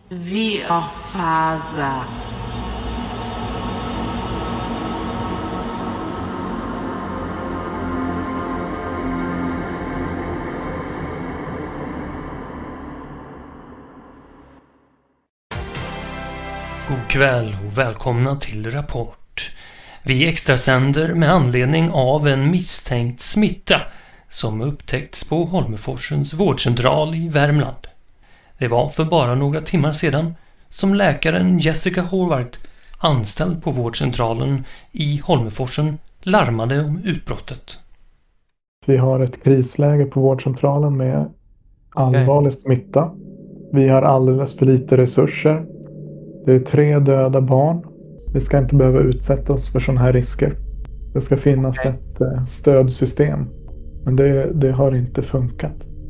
Viorfaza. God kväll och välkomna till Rapport. Vi extrasänder med anledning av en misstänkt smitta som upptäckts på Holmeforsens vårdcentral i Värmland. Det var för bara några timmar sedan som läkaren Jessica Horvath, anställd på vårdcentralen i Holmeforsen, larmade om utbrottet. Vi har ett krisläge på vårdcentralen med allvarlig smitta. Vi har alldeles för lite resurser. Det är 3 döda barn. Vi ska inte behöva utsätta oss för sådana här risker. Det ska finnas ett stödsystem. Men det har inte funkat.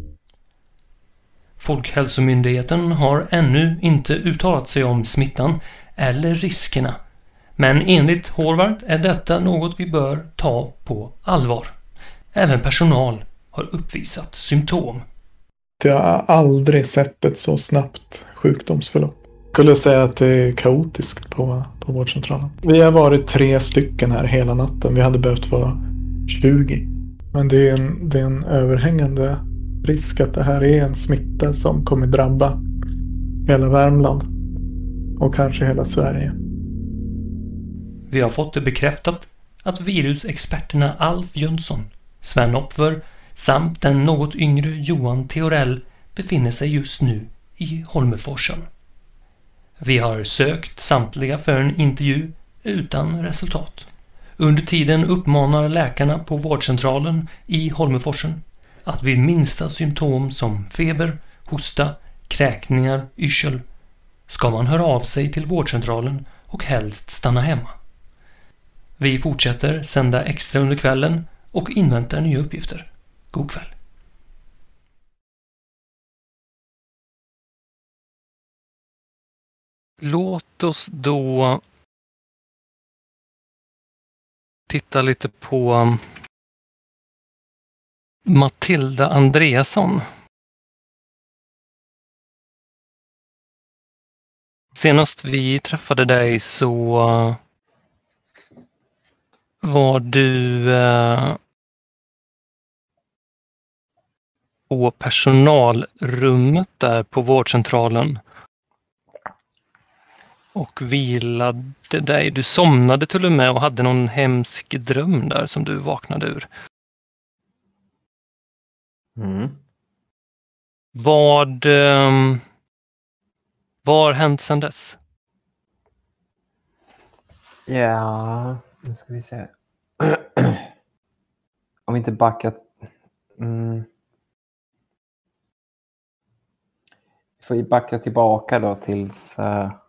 Folkhälsomyndigheten har ännu inte uttalat sig om smittan eller riskerna. Men enligt Horvath är detta något vi bör ta på allvar. Även personal har uppvisat symptom. Jag har aldrig sett ett så snabbt sjukdomsförlopp. Jag skulle säga att det är kaotiskt på vårdcentralen. Vi har varit 3 stycken här hela natten. Vi hade behövt vara 20. Men det är en överhängande risk att det här är en smitta som kommer drabba hela Värmland. Och kanske hela Sverige. Vi har fått det bekräftat att virusexperterna Alf Jönsson, Sven Opfer samt den något yngre Johan Theorell befinner sig just nu i Holmeforsen. Vi har sökt samtliga för en intervju utan resultat. Under tiden uppmanar läkarna på vårdcentralen i Holmeforsen att vid minsta symptom som feber, hosta, kräkningar, yrsel ska man höra av sig till vårdcentralen och helst stanna hemma. Vi fortsätter sända extra under kvällen och inväntar nya uppgifter. God kväll. Låt oss då titta lite på Matilda Andreasson. Senast vi träffade dig så var du på personalrummet där på vårdcentralen och vilade dig. Du somnade till och med och hade någon hemsk dröm där som du vaknade ur. Vad har hänt sedan dess? Ja, nu ska vi se. Om vi inte backar... Vi får ju backa tillbaka då tills...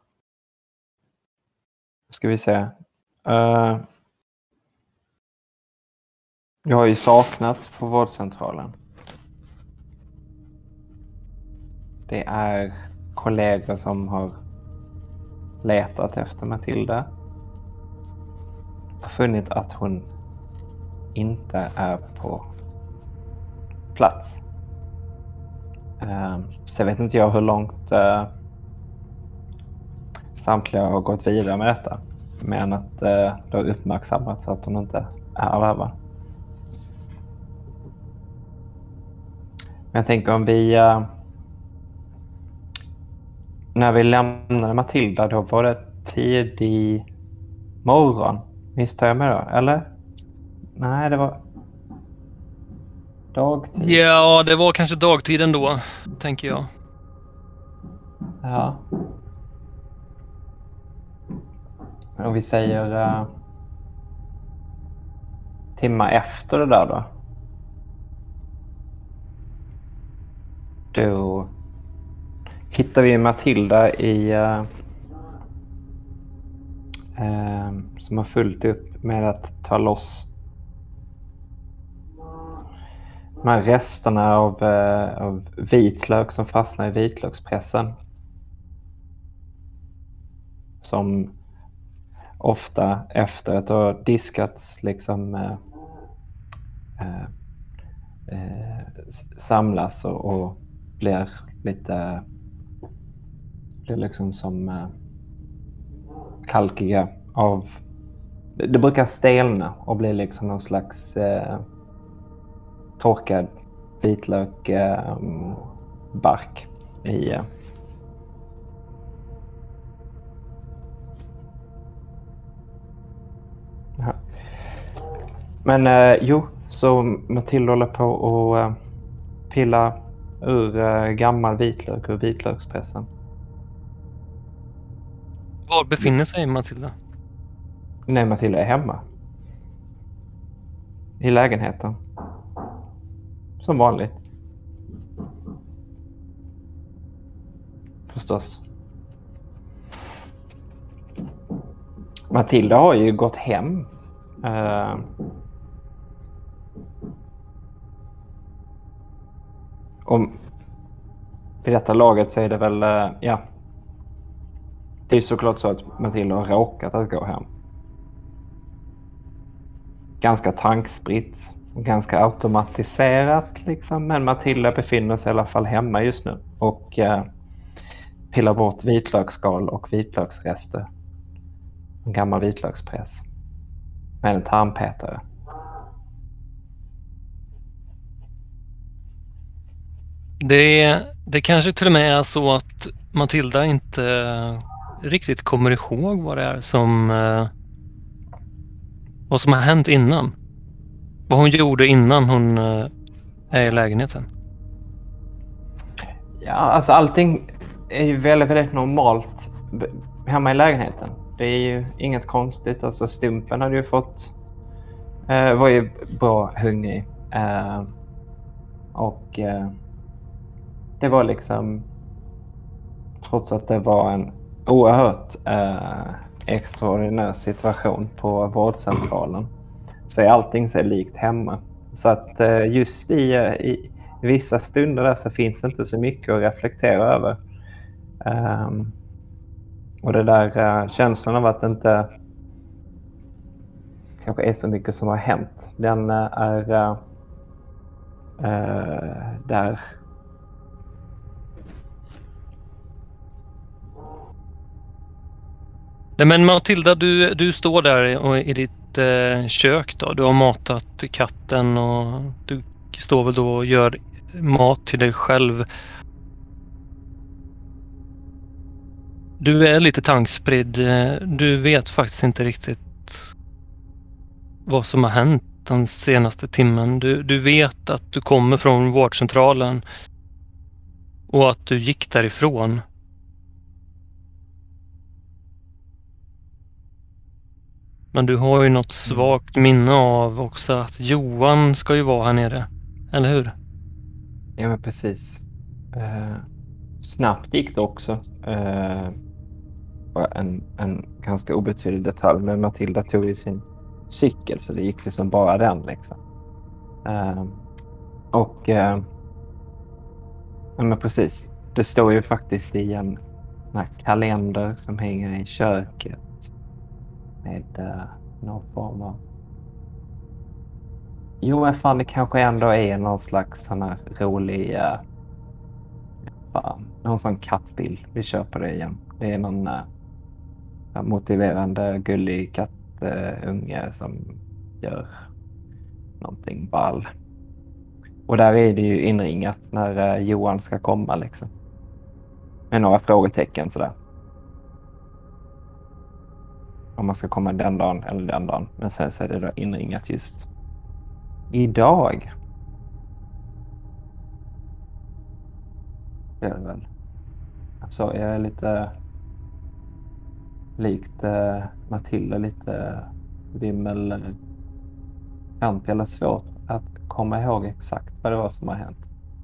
ska vi se. Jag har ju saknat på vårdcentralen. Det är kollegor som har letat efter Matilda och funnit att hon inte är på plats. Så jag vet inte hur långt samtliga har gått vidare med detta. Men att det har uppmärksammats att hon inte är där. Men jag tänker om vi... när vi lämnade Matilda, då var det tidig morgon. Misstar jag mig då? Eller? Nej, det var dagtid. Ja, det var kanske dagtiden då, tänker jag. Ja. Men om vi säger timmar efter det där då. Då hittar vi Matilda som har fullt upp med att ta loss de här resterna av vitlök som fastnar i vitlökspressen. Som ofta efter att ha diskats liksom samlas och blir lite blir liksom som kalkiga av... Det brukar stelna och bli liksom någon slags torkad vitlök bark i... Ja. Men så Matilda håller på och pilla ur gammal vitlök ur vitlökspressen. Var befinner sig Matilda? Nej, Matilda är hemma. I lägenheten. Som vanligt. Förstås. Matilda har ju gått hem. Om vid detta laget så är det väl, ja. Det är såklart så att Matilda har råkat att gå hem. Ganska tankspritt och ganska automatiserat liksom. Men Matilda befinner sig i alla fall hemma just nu och pillar bort vitlöksskal och vitlöksrester. En gammal vitlökspress med en tarmpetare. Det kanske till och med är så att Matilda inte riktigt kommer ihåg vad det är vad som har hänt innan. Vad hon gjorde innan hon är i lägenheten. Ja, alltså allting är ju väldigt, väldigt normalt hemma i lägenheten. Det är ju inget konstigt. Alltså Stumpen hade ju var ju bra hungrig. Och det var liksom, trots att det var en oerhört extraordinär situation på vårdcentralen, så är allting så likt hemma. Så att just i vissa stunder där så finns det inte så mycket att reflektera över. Och det där känslan av att det inte kanske är så mycket som har hänt, den är där. Nej, men Matilda, du står där i ditt kök då. Du har matat katten och du står väl då och gör mat till dig själv. Du är lite tankspridd. Du vet faktiskt inte riktigt vad som har hänt den senaste timmen. Du vet att du kommer från vårdcentralen och att du gick därifrån. Men du har ju något svagt minne av också att Johan ska ju vara här nere. Eller hur? Ja, men precis. Snabbt gick det också. En ganska obetydlig detalj. Men Matilda tog ju sin cykel så det gick ju som bara den liksom. Men precis. Det står ju faktiskt i en sån här kalender som hänger i köket. Med någon form av... Jo, men fan, det kanske ändå är någon slags sån här rolig... någon sån kattbild. Vi köper det igen. Det är någon motiverande, gullig kattunge som gör någonting ball. Och där är det ju inringat när Johan ska komma liksom. Med några frågetecken sådär. Om man ska komma den dagen eller den dagen. Men sen så är det då inringat just idag. Det är det väl. Så jag är lite likt Matilda, lite vimmel. Kan spela svårt att komma ihåg exakt vad det var som har hänt.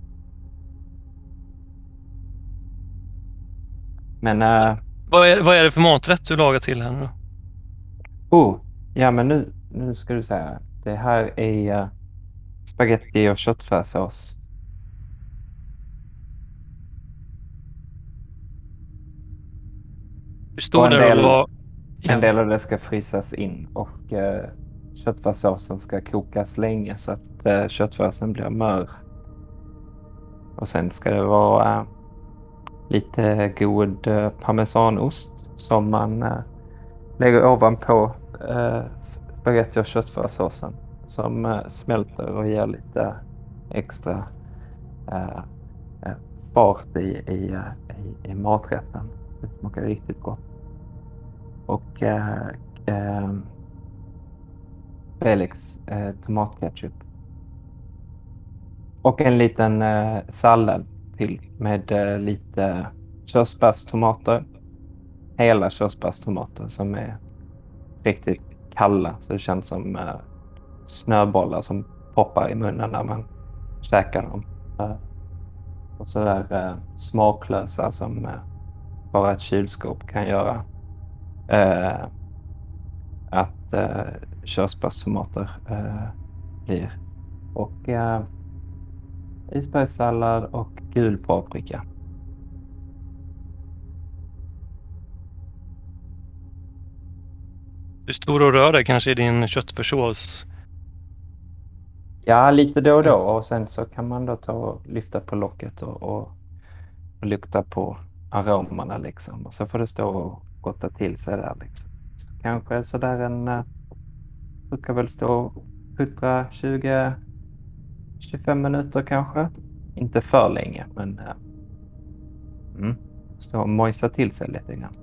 Men... Vad är det för maträtt du lagar till här nu? Ja, men nu ska du säga. Det här är spaghetti och köttfärssås. Du står där och... En del av det ska frysas in och köttfärssåsen ska kokas länge så att köttfärsen blir mör. Och sen ska det vara lite god parmesanost som man lägger ovanpå spagetti och köttfärssåsen som smälter och ger lite extra fart i maträtten. Det smakar riktigt gott. Och Felix tomatketchup. Och en liten sallad till med lite körsbärstomater. Hela körsbärstomater som är riktigt kalla. Så det känns som snöbollar som poppar i munnen när man käkar dem. Och sådär smaklösa som bara ett kylskåp kan göra. Att körsbärstomater blir. Och isbergssallad och gul paprika. Du står och rör dig kanske i din köttfärssås. Ja, lite då och då. Och sen så kan man då ta och lyfta på locket och lukta på aromerna liksom. Och så får det stå och gotta till sig där liksom. Så kanske sådär brukar väl stå och puttra 20-25 minuter kanske. Inte för länge, men stå och mojsa till sig lite grann.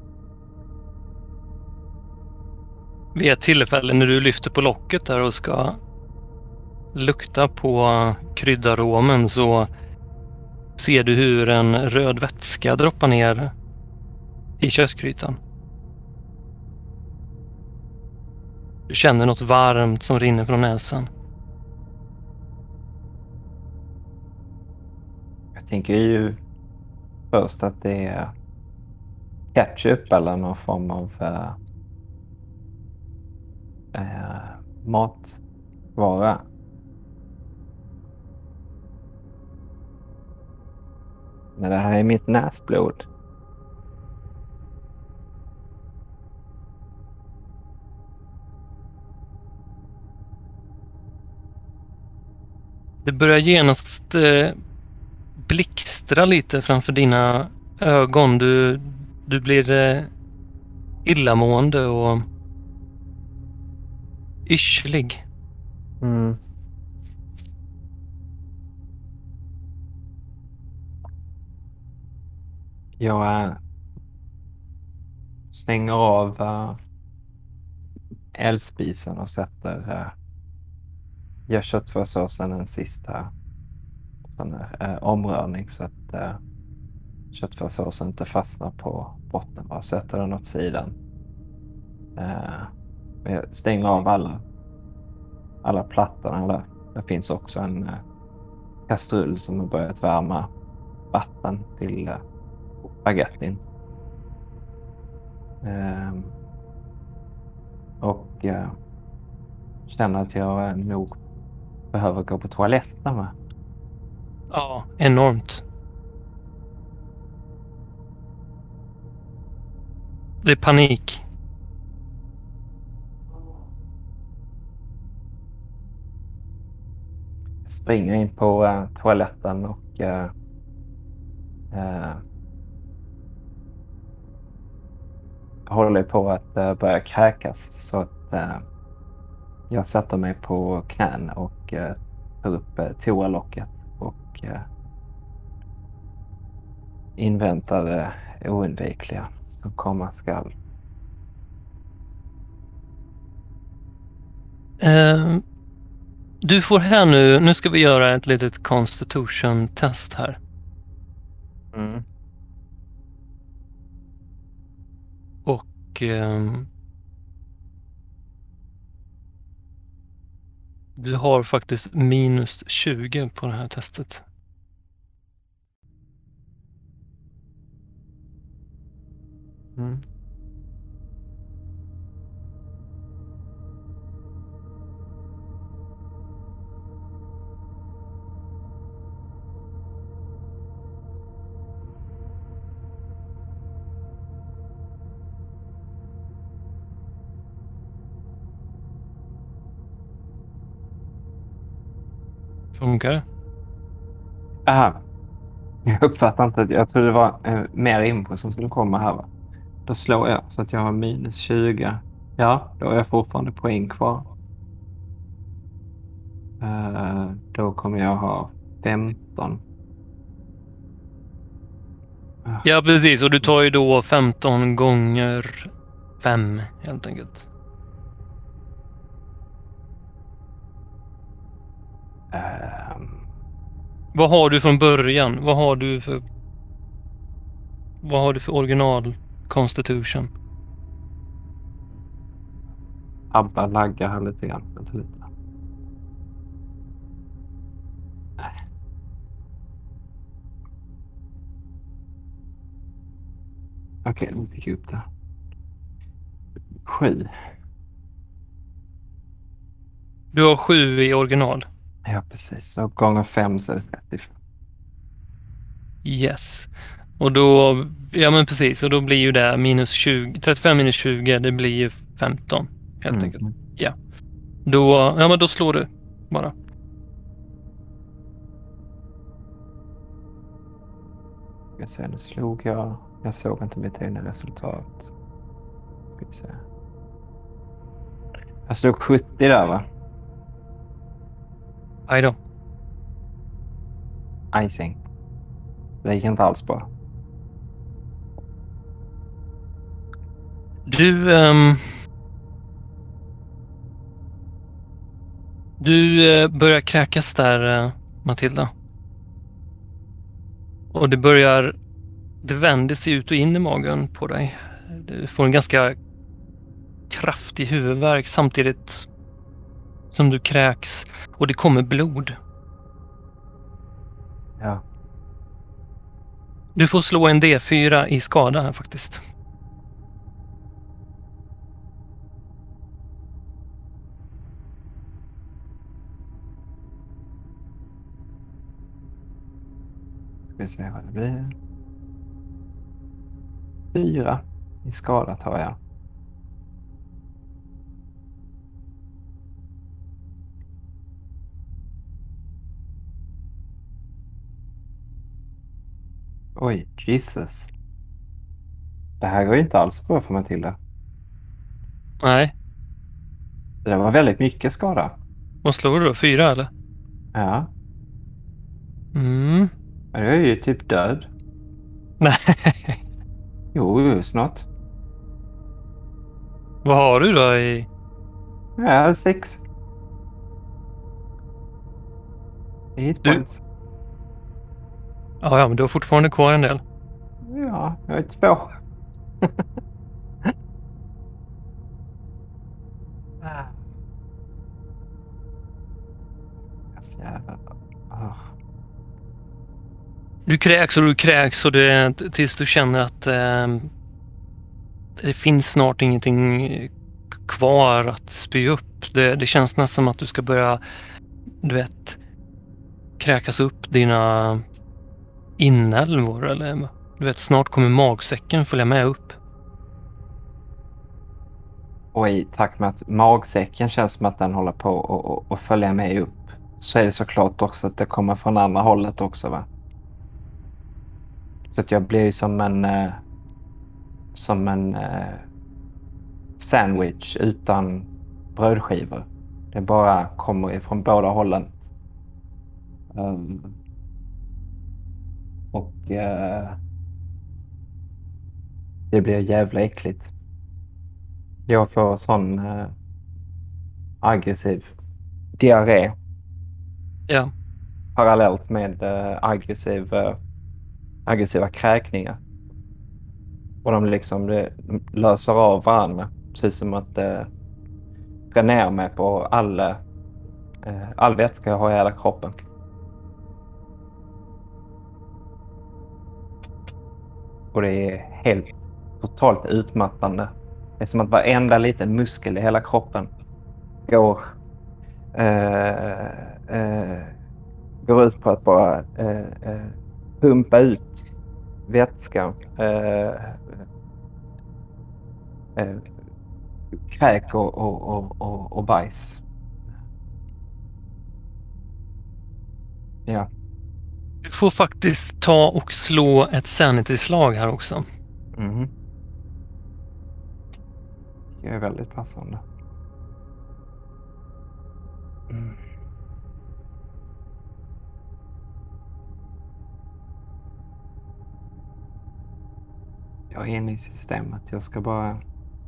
Vid ett tillfälle när du lyfter på locket där och ska lukta på kryddaromen så ser du hur en röd vätska droppar ner i köttgrytan. Du känner något varmt som rinner från näsan. Jag tänker ju först att det är ketchup eller någon form av matvara. Men det här är mitt näsblod. Det börjar genast blixtra lite framför dina ögon. Du blir illamående och yrslig. Jag stänger av eldspisen och gör köttfärssåsen en sista sån här, omrörning så att köttfärssåsen inte fastnar på botten. Bara sätter den åt sidan. Jag stänger av alla plattorna. Det finns också en kastrull som har börjat värma vatten till spagettin. Och känner att jag nog behöver gå på toaletten med. Ja, enormt. Det är panik. Jag springer in på toaletten och håller på att börja kräkas så att jag sätter mig på knän och tar upp toalocket och inväntar det oundvikliga som komma skall. Du får här nu ska vi göra ett litet constitution-test här. Och du har faktiskt minus 20 på det här testet. Funkar det? Aha. Jag uppfattar inte. Jag tror det var mer info som skulle komma här, va? Då slår jag så att jag har minus 20. Ja, då är jag fortfarande poäng kvar. Då kommer jag ha 15. Ja, precis. Och du tar ju då 15 gånger 5 helt enkelt. Vad har du från början? Vad har du för original Constitution? Abba laggar här lite grann. Vänta lite. Okej, nu fick jag upp det. 7. Du har 7 i original. Ja, precis. Och gånger 5 så är det 35. Yes. Och då, ja men precis, och då blir ju det minus 20, 35 minus 20, det blir ju 15 helt enkelt. Ja. Då, ja men då slår du bara. Jag ser, nu slog jag såg inte mitt egna resultat. Ska vi se. Jag slog 70 där, va? Aj då. Icing. Det gick inte alls bra. Du börjar kräkas där, Matilda. Och det vänder sig ut och in i magen på dig. Du får en ganska kraftig huvudvärk samtidigt som du kräks och det kommer blod. Ja. Du får slå en D4 i skada här faktiskt. Ska vi se vad det blir. 4 i skada tar jag. Oj, Jesus. Det här går ju inte alls bra för Matilda. Nej. Det var väldigt mycket skada. Vad slår du då? 4 eller? Ja. Mm. Men jag är ju typ död. Nej. Jo, snart. Vad har du då i? Ja, 6. Hit points. Ja, men du har fortfarande kvar en del. Ja, jag är 2. Alltså, jävlar. Du kräks och tills du känner att det finns snart ingenting kvar att spy upp. Det känns nästan som att du ska börja, du vet, kräkas upp dina inälvor eller du vet, snart kommer magsäcken följa med upp. Och i takt med att magsäcken känns som att den håller på och följa med upp, så är det såklart också att det kommer från andra hållet också, va? Så att jag blir som en sandwich utan brödskivor. Det bara kommer ifrån båda hållen. Och det blir jävla äckligt. Jag får sån aggressiv diarré. Ja. Parallellt med aggressiva kräkningar. Och de liksom löser av varandra. Precis som att det ner mig på all vätska jag har i hela kroppen. Och det är helt totalt utmattande. Det är som att varenda liten muskel i hela kroppen går ut på att bara pumpa ut vätska, kräk och bajs. Ja. Du får faktiskt ta och slå ett sanity-slag här också. Mhm. Det är väldigt passande. Mm. Jag är inne i systemet. Jag ska bara...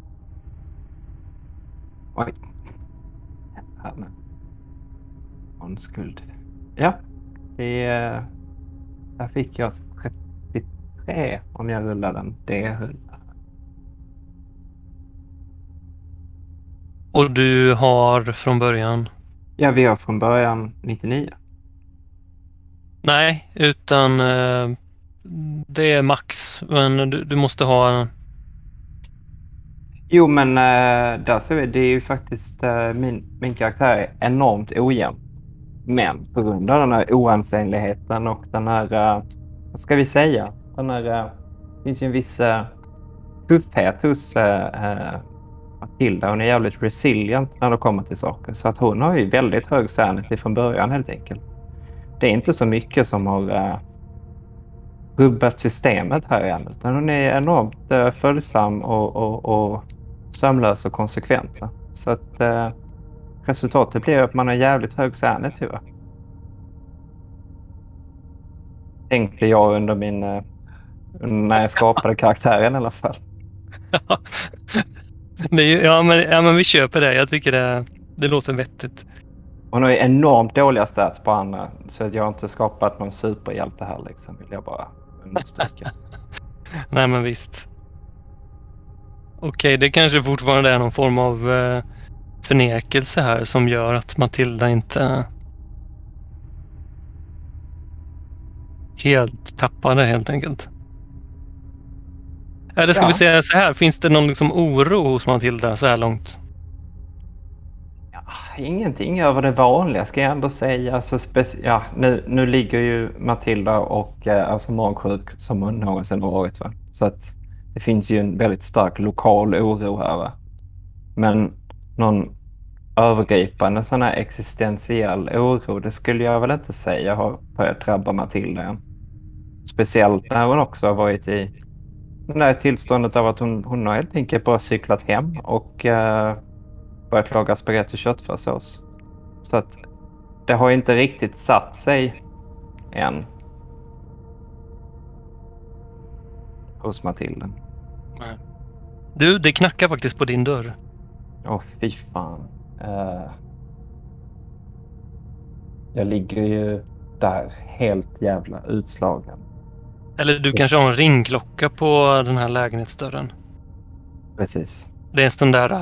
Oj. Här med. En skuld. Ja. Det är... Där fick jag 33 om jag rullar den. Det höll. Och du har från början? Ja, vi har från början 99. Nej, utan det är max. Men du måste ha... Jo, men där ser vi, det är ju faktiskt min karaktär är enormt ojämn. Men på grund av den här oansenligheten och den här, vad ska vi säga, den här, det finns ju en viss tuffhet hos Matilda. Hon är jävligt resilient när det kommer till saker. Så att hon har ju väldigt hög sanity från början helt enkelt. Det är inte så mycket som har rubbat systemet här än, utan hon är enormt följsam och sömlös och konsekvent. Va? Så att resultatet blir att man har jävligt hög sanity. Va? Tänkte jag under när jag skapade karaktären i alla fall. Ja, men vi köper det. Jag tycker det låter vettigt. Hon har ju enormt dåliga stats på andra, så att jag har inte skapat någon superhjälte här liksom, vill jag bara understryka. Nej, men visst. Okej, det kanske fortfarande är någon form av förnekelse här som gör att Matilda inte helt tappar det helt enkelt. Eller ska vi säga så här, finns det någon liksom oro hos Matilda så här långt? Ja, ingenting över det vanliga ska jag ändå säga. Alltså, nu ligger ju Matilda och alltså magsjuk som hon någonsin har varit. Va? Så att det finns ju en väldigt stark lokal oro här. Va? Men någon övergripande sån här existentiell oro, det skulle jag väl inte säga har börjat drabba Matilda än. Speciellt när hon också har varit i det här tillståndet av att hon har helt enkelt bara cyklat hem och börjat laga spagetti och köttfärssås. Så att det har inte riktigt satt sig än hos Matilda. Nej. Du, det knackar faktiskt på din dörr. Åh, fy fan. Jag ligger ju där helt jävla utslagen. Eller du kanske har en ringklocka på den här lägenhetsdörren. Precis. Det är en sån där...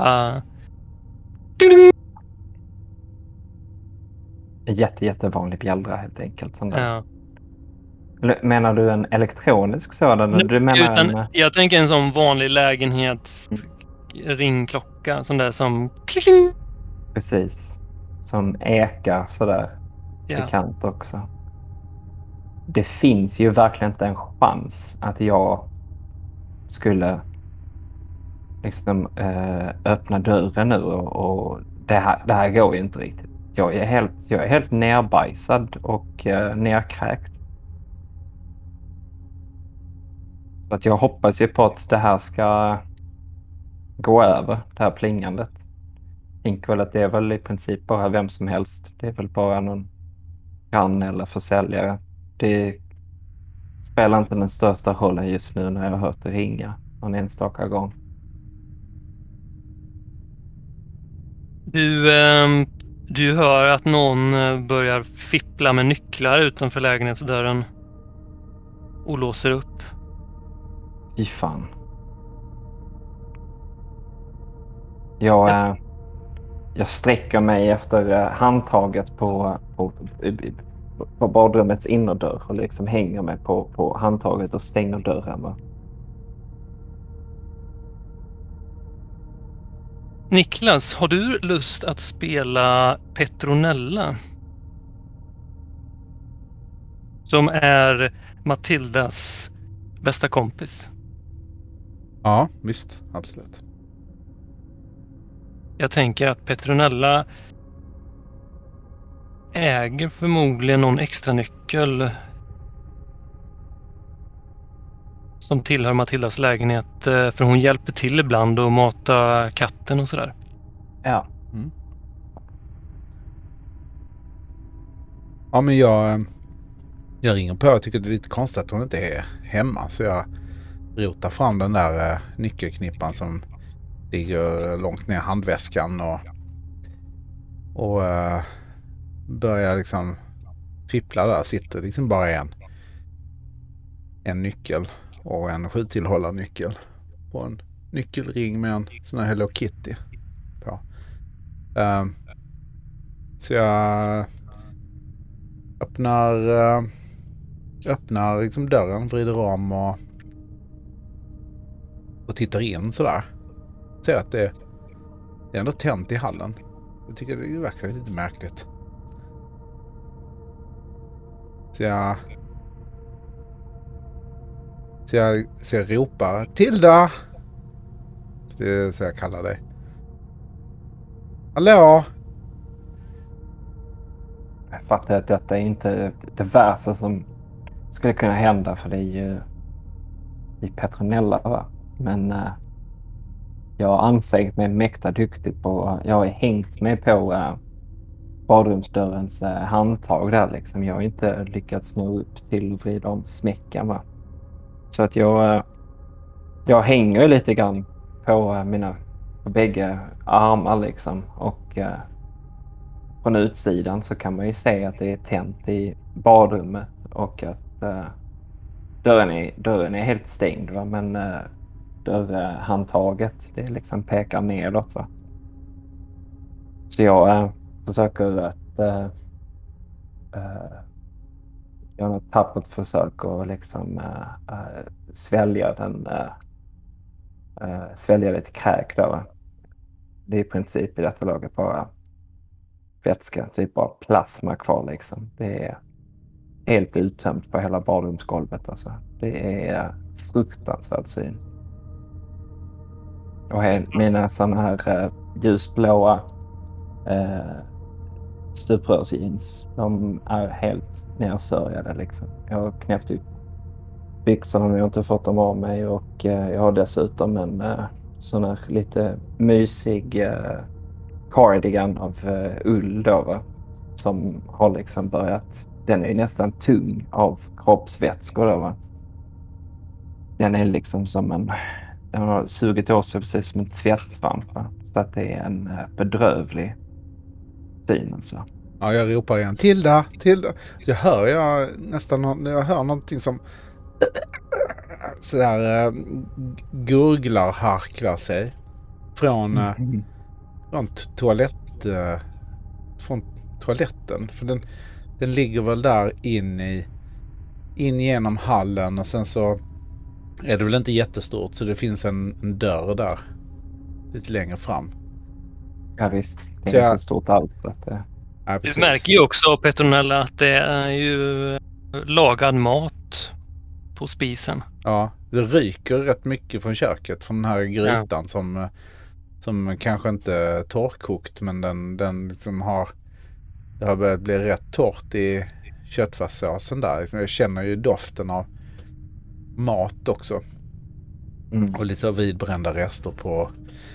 En jättevanlig bjällra helt enkelt. Sån där. Ja. Menar du en elektronisk sådan? Du menar jag tänker en sån vanlig lägenhets ringklocka. Sån där som... Kling! Precis. Som ekar sådär. Ja. Bekant också. Det finns ju verkligen inte en chans att jag skulle liksom öppna dörren nu och det här går ju inte riktigt. Jag är helt nerbajsad och nerkräkt. Så att jag hoppas ju på att det här ska gå över, det här plingandet. Jag tänker väl att det är väl i princip bara vem som helst. Det är väl bara någon granne eller försäljare. Det spelar inte den största rollen just nu när jag har hört det ringa någon enstaka gång. Du hör att någon börjar fippla med nycklar utanför lägenhetsdörren och låser upp. Fy fan. Jag sträcker mig efter handtaget på badrummets innerdörr och liksom hänger mig på handtaget och stänger dörren. Va? Niklas, har du lust att spela Petronella? Som är Matildas bästa kompis. Ja, visst. Absolut. Jag tänker att Petronella äger förmodligen någon extra nyckel som tillhör Matildas lägenhet. För hon hjälper till ibland och mata katten och sådär. Ja. Ja, men jag ringer på. Jag tycker det är lite konstigt att hon inte är hemma. Så jag rotar fram den där nyckelknippan som ligger långt ner i handväskan. Och börjar liksom fippla där. Sitter liksom bara en nyckel och en 7-tillhållarnyckel på en nyckelring med en sån här Hello Kitty på. Så jag öppnar liksom dörren, vrider om och tittar in sådär. Ser att det är ändå tänt i hallen. Jag tycker det verkar lite märkligt. Så jag ropar Tilda! Det är så jag kallar dig. Hallå? Jag fattar att detta är inte det värsta som skulle kunna hända, för det är ju i Petronella, va? Men jag har ansträngt mig mäkta duktigt på, jag har hängt mig på badrumsdörrens handtag där liksom. Jag har inte lyckats nå upp till och vrida om smäckan, va? Så att jag hänger lite grann på mina bägge armar liksom, och från utsidan så kan man ju se att det är tänt i badrummet och att dörren är helt stängd, va? Men dörrhandtaget, det liksom pekar nedåt, va? Så jag försöker att göra ett tappert försök och liksom svälja lite kräk där, va? Det är i princip i detta laget bara vätska, typ bara plasma kvar liksom. Det är helt uttömt på hela badrumsgolvet alltså. Det är fruktansvärt syn. Och mina sådana här ljusblåa stuprörsjeans, de är helt nersörjade liksom. Jag har knäppt upp byxorna men jag har inte fått dem av mig, och jag har dessutom en sån här lite mysig cardigan av ull då, va? Som har liksom börjat, den är nästan tung av kroppsvätskor då, va? Den är liksom som den har sugit åt sig precis som en tvättsvamp, va? Så att det är en bedrövlig syn alltså. Ja, jag ropar igen. Tilda! Jag hör någonting som sådär gurglar, harklar sig från toaletten. För den ligger väl där in genom hallen, och sen så är det väl inte jättestort, så det finns en dörr där lite längre fram. Ja visst, det är inte stort allt. Du märker ju också, Petronella, att det är ju lagad mat på spisen. Ja, det ryker rätt mycket från köket, från den här grytan som kanske inte är torrkokt, men den liksom det har börjat bli rätt torrt i köttfärssåsen där. Jag känner ju doften av mat också. Och lite så vidbrända rester på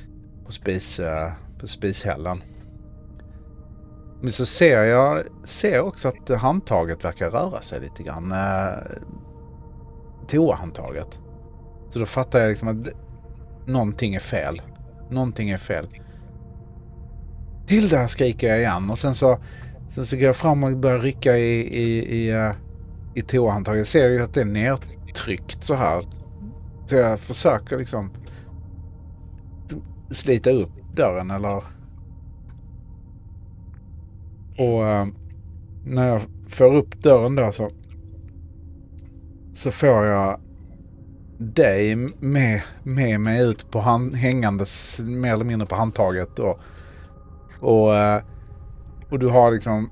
spishällen. Men så ser också att handtaget verkar röra sig lite grann. Toahandtaget. Så då fattar jag liksom att någonting är fel. Tilda, skriker jag igen, och sen så går jag fram och börjar rycka i toahandtaget. Jag ser ju att det är nedtryckt så här. Så jag försöker liksom slita upp dörren och när jag får upp dörren där så får jag dig med mig ut på hängandes mer eller mindre på handtaget, och du har liksom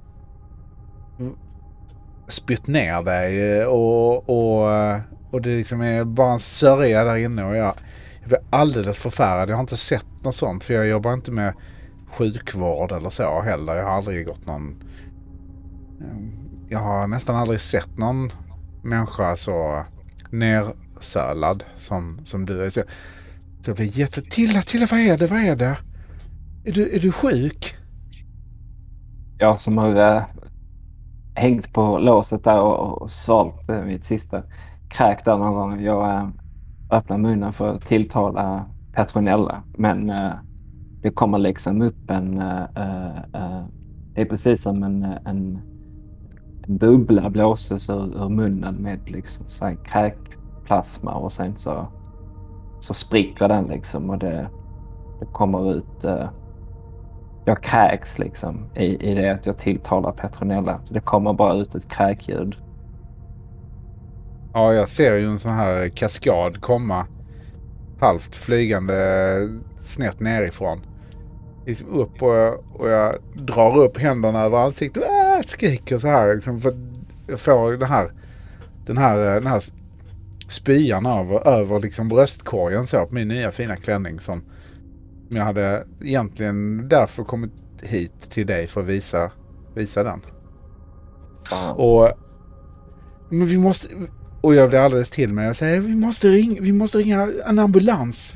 spytt ner dig och det liksom är bara en sörja där inne, och jag blir alldeles förfärad. Jag har inte sett något sånt, för jag jobbar inte med sjukvård eller så heller. Jag har aldrig jag har nästan aldrig sett någon människa så nersölad som du är. Så jag blir Tilla, vad är det? Är du sjuk? Jag som har hängt på låset där och svalt mitt sista kräk där någon gång. Jag öppnar munnen för att tilltala Petronella, men det kommer liksom upp det är precis som en bubbla blåses ur munnen med liksom så här kräkplasma, och sen så spricker den liksom, och det kommer ut jag kräks liksom i det att jag tilltalar Petronella. Det kommer bara ut ett kräkljud. Ja, jag ser ju en sån här kaskad komma halvt flygande snett nerifrån. Liksom upp och jag drar upp händerna över ansiktet och skriker så här liksom, för jag får den här spyan över liksom bröstkorgen så på min nya fina klänning som jag hade egentligen därför kommit hit till dig för att visa den. Fan. Men vi måste, och jag blir alldeles till mig. Jag säger vi måste ringa en ambulans.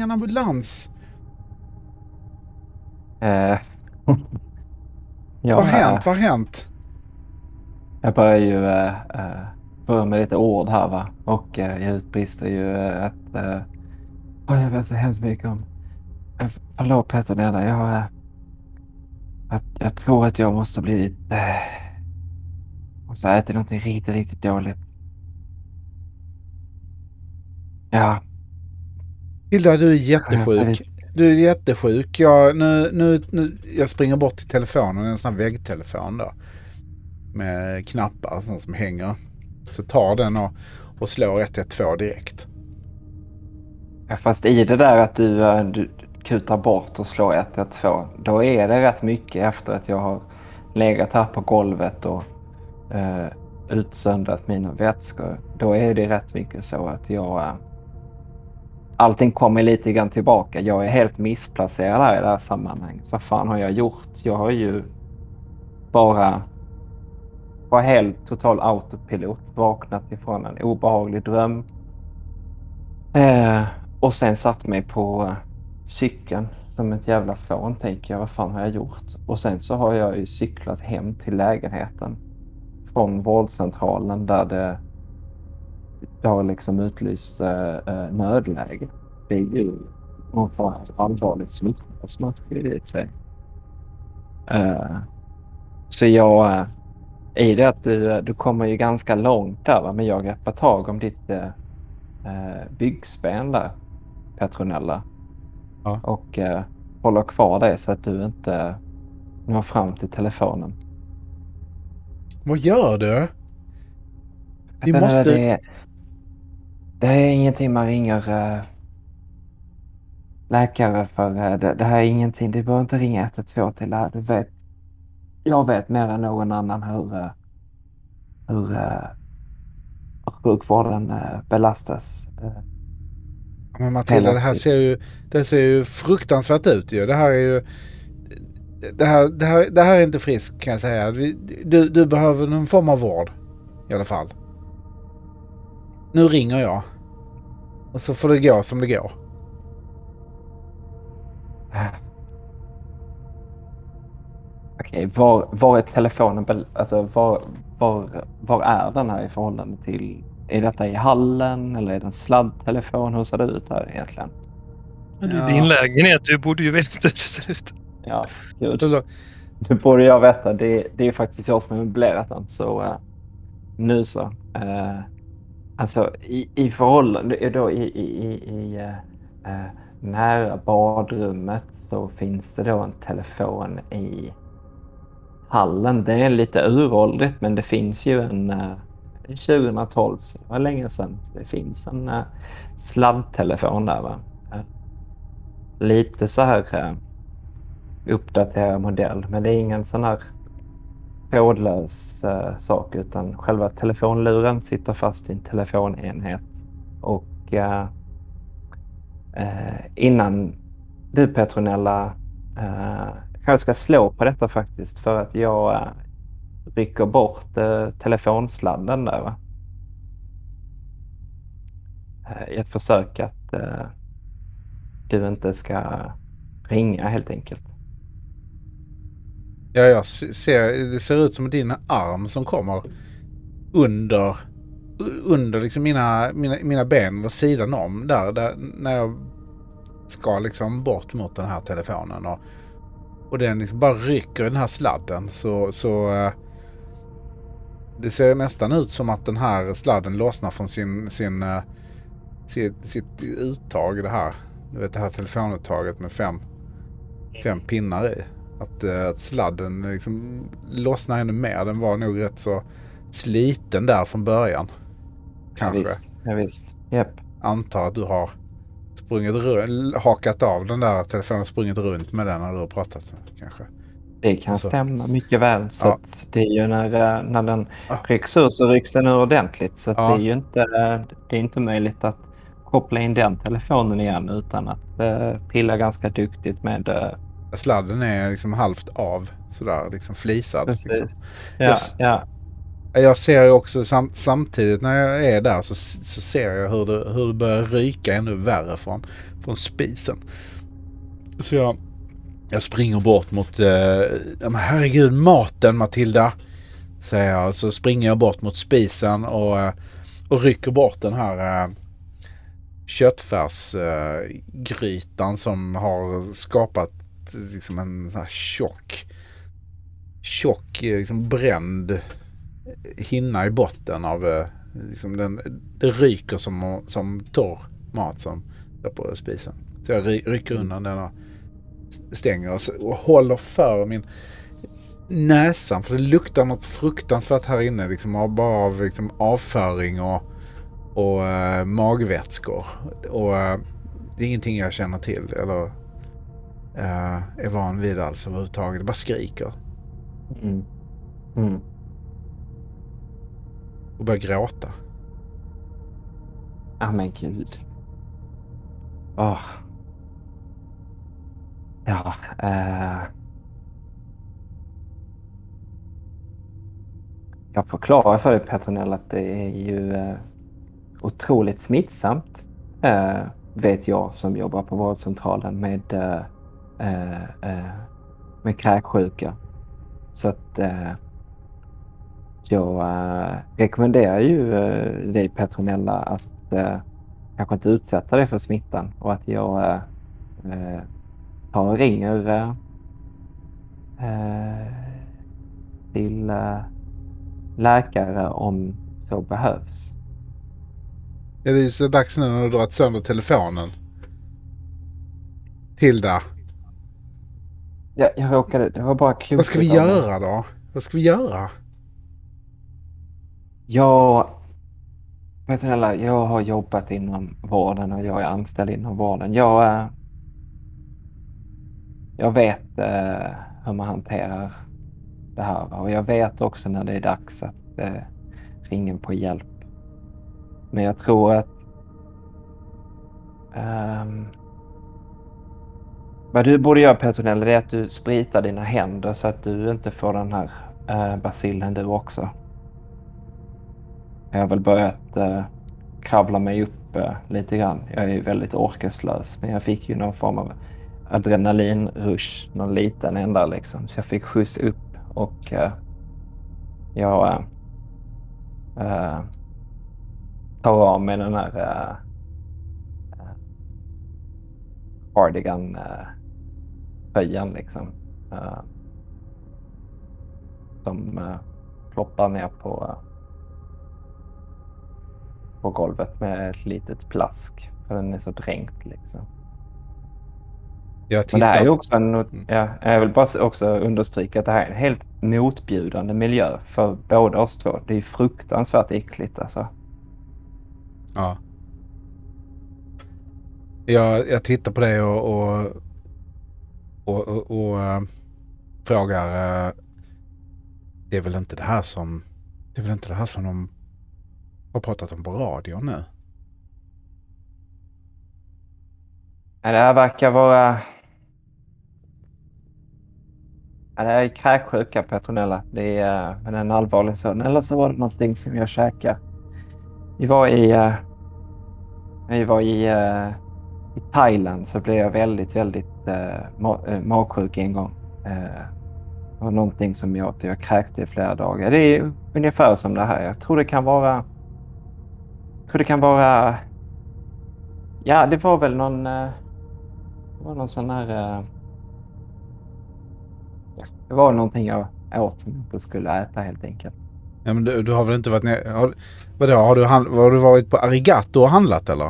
Ja, Vad har hänt? Jag börjar ju börja med lite ord här, va? Och jag utbrister ju att jag vet så hemskt mycket om. Förlåt Petronella, jag tror att jag måste bli lite och så ätit någonting riktigt dåligt. Ja. Hilda, du är jättesjuk. Jag springer bort till telefonen, en sån här väggtelefon då. Med knappar som hänger. Så tar den och slår 112 direkt. Ja, fast i det där att du kutar bort och slår 112, då är det rätt mycket efter att jag har legat här på golvet och utsöndrat mina vätskor. Då är det rätt mycket så att allting kommer lite grann tillbaka. Jag är helt missplacerad här i det här sammanhanget. Vad fan har jag gjort? Jag har ju bara var helt total autopilot, vaknat ifrån en obehaglig dröm. Och sen satt mig på cykeln som ett jävla fån, tänker jag. Vad fan har jag gjort? Och sen så har jag ju cyklat hem till lägenheten från vårdcentralen där det har liksom utlyst nödläge. Det är ju något allvarligt smitta i sig. Så jag i det att du kommer ju ganska långt där, va? Men jag greppar tag om ditt byggspän där, Petronella. Ja. Och håller kvar det så att du inte når fram till telefonen. Vad gör du? Det är ingenting man ringer läkare för. Det här är ingenting. Du behöver inte ringa 112 till det här. Jag vet mer än någon annan hur sjukvården belastas. Men Matilda, det ser ju fruktansvärt ut ju. Det här är ju det här är inte friskt, kan jag säga. Du behöver någon form av vård i alla fall. Nu ringer jag. Och så får det gå som det går. Okej, var är telefonen? Alltså var är den här i förhållande till? Är detta i hallen eller är det en sladdtelefon? Hur ser det ut här egentligen? Ja. Din lägenhet, du borde ju veta hur det ser ut. Ja, gud. Du borde jag veta. Det är faktiskt jag som har möblerat den. Så nu så. Alltså i förhållande då i nära badrummet så finns det då en telefon i hallen. Den är lite uråldrigt, men det finns ju en 2012, så det var länge sedan. Det finns en sladdtelefon där, va? Lite så här uppdaterad modell, men det är ingen sån här trådlös sak, utan själva telefonluren sitter fast i en telefonenhet. Och innan du, Petronella, jag ska slå på detta faktiskt, för att jag rycker bort telefonsladden där, va? i ett försök att du inte ska ringa helt enkelt. Ja, jag ser, det ser ut som din arm som kommer under liksom mina ben eller sidan om där när jag ska liksom bort mot den här telefonen och den liksom bara rycker den här sladden så det ser nästan ut som att den här sladden lossnar från sitt uttag, det här telefonuttaget med fem pinnar i. Att sladden liksom lossnar ännu mer. Den var nog rätt så sliten där från början. Kanske. Ja, visst. Japp. Antar att du har hakat av den där telefonen och sprungit runt med den när du har pratat kanske. Det kan stämma mycket väl. Så att det är ju när den rycks ur så rycks den ur ordentligt. Så att det är ju inte möjligt att koppla in den telefonen igen utan att pilla ganska duktigt med... Sladden är liksom halvt av sådär, liksom flisad. Precis. Liksom. Ja. Jag ser också samtidigt när jag är där så ser jag hur det börjar ryka ännu värre från spisen. Så jag springer bort mot men herregud, maten Matilda, säger jag. Så springer jag bort mot spisen och rycker bort den här köttfärsgrytan som har skapat liksom en sån här tjock liksom bränd hinna i botten av liksom det ryker som torr mat som är på spisen. Så jag rycker undan den och stänger och håller för min näsan, för det luktar något fruktansvärt här inne liksom, bara av liksom avföring och magvätskor och det är ingenting jag känner till eller är van vid alltså överhuvudtaget. Det bara skriker. Och börjar gråta. Ja, men gud. Jag förklarar för dig, Petronella, att det är ju otroligt smittsamt, vet jag som jobbar på vårdcentralen med kräksjuka. Så att jag rekommenderar ju dig, Petronella, att kanske inte utsätta dig för smittan och att jag tar och ringer till läkare om så behövs. Ja, det är ju så dags nu när du dragit sönder telefonen. Tilda. Ja, jag råkade, det var bara klokt. Vad ska vi göra då? Vad ska vi göra? Jag har jobbat inom vården och jag är anställd inom vården. Jag vet hur man hanterar det här. Och jag vet också när det är dags att ringa på hjälp. Men jag tror att vad du borde göra, Petronella, det är att du spritar dina händer så att du inte får den här bacillen du också. Jag har väl börjat kravla mig upp lite grann. Jag är väldigt orkeslös, men jag fick ju någon form av adrenalinrush, någon liten ända liksom. Så jag fick skjuts upp och jag tar av mig den här cardigan-tröjan liksom. Som ploppar ner på golvet med ett litet plask. För den är så dränkt liksom. Men det här är ju också jag vill bara också understryka att det här är en helt motbjudande miljö för båda oss två. Det är fruktansvärt äckligt alltså. Ja. Jag tittar på det och frågar det är väl inte det här som de har pratat om på radio nu? Ja, det här verkar vara... Ja, det här är kräksjuka, Petronella. Det är en allvarlig sådan. Eller så var det någonting som jag käkade. Vi var När vi var i Thailand så blev jag väldigt magsjuk en gång. Det var någonting som jag åt och jag kräkte i flera dagar. Det är ungefär som det här. Jag tror det kan vara... Ja, det var väl någon... Det var någon sån här... Ja, det var någonting jag åt som jag inte skulle äta helt enkelt. Ja, men du har väl inte varit ner... Har du varit på Arigato och handlat eller?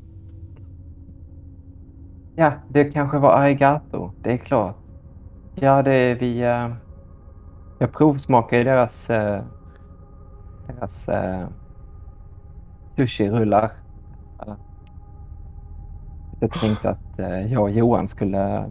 Ja, det kanske var Arigato. Det är klart. Ja, det är vi... Jag provsmakade deras sushi-rullar. Jag tänkte att jag och Johan skulle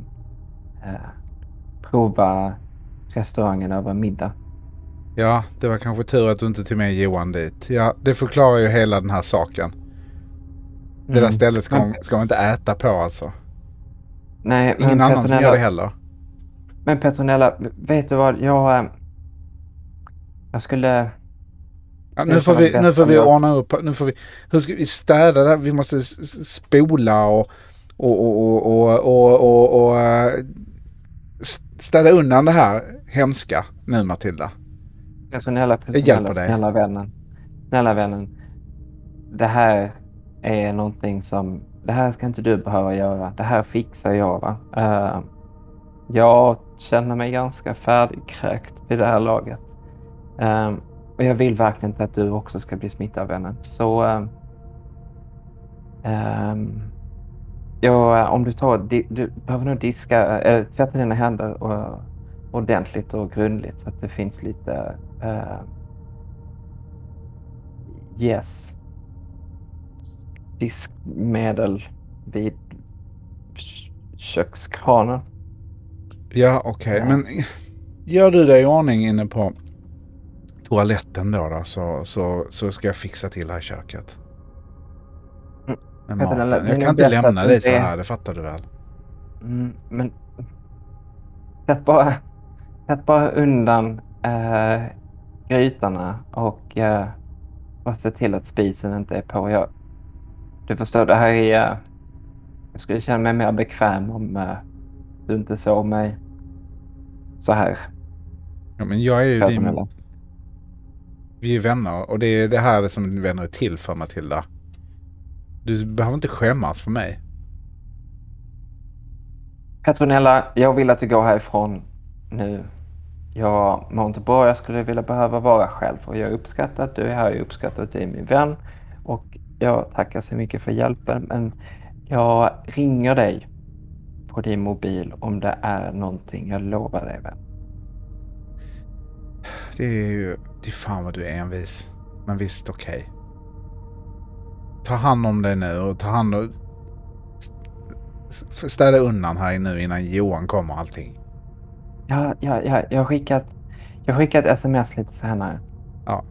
prova restaurangen över middag. Ja, det var kanske tur att du inte tog med Johan dit. Ja, det förklarar ju hela den här saken. Det där stället ska man inte äta på alltså. Nej, ingen men annan som gör det heller. Men Petronella, vet du vad? Jag skulle... Ja, nu får vi ordna upp. Hur ska vi städa där? Vi måste spola och städa undan det här hemska nu, Matilda. Petronella, snälla vännen. Det här är någonting som... Det här ska inte du behöva göra. Det här fixar jag, va? Jag känner mig ganska färdigkräkt vid det här laget. Och jag vill verkligen inte att du också ska bli smittad, vännen. Så... om du tar... Du behöver nog tvätta dina händer ordentligt och grundligt så att det finns lite... diskmedel vid kökskranen. Ja, okej. Men gör du det i ordning inne på toaletten då så ska jag fixa till här i köket. Med maten. Jag kan inte lämna dig så här, det fattar du väl. Men sätt bara undan grytorna och se till att spisen inte är på. Du förstår, det här är... Jag skulle känna mig mer bekväm om du inte såg mig så här. Ja, men jag är ju din... Vi är vänner och det är det här som vänner är till för, Matilda. Du behöver inte skämmas för mig. Petronella, jag vill att du går härifrån nu. Jag mår inte bra, jag skulle vilja behöva vara själv. Och jag uppskattar att du är här, jag uppskattar att du är min vän. Och jag tackar så mycket för hjälpen. Men jag ringer dig på din mobil om det är någonting. Jag lovar dig, vän. Det är fan vad du är envis. Men visst, okej. Ta hand om dig nu och städa undan här nu innan Johan kommer och allting. Ja, jag har skickat sms lite senare. Ja.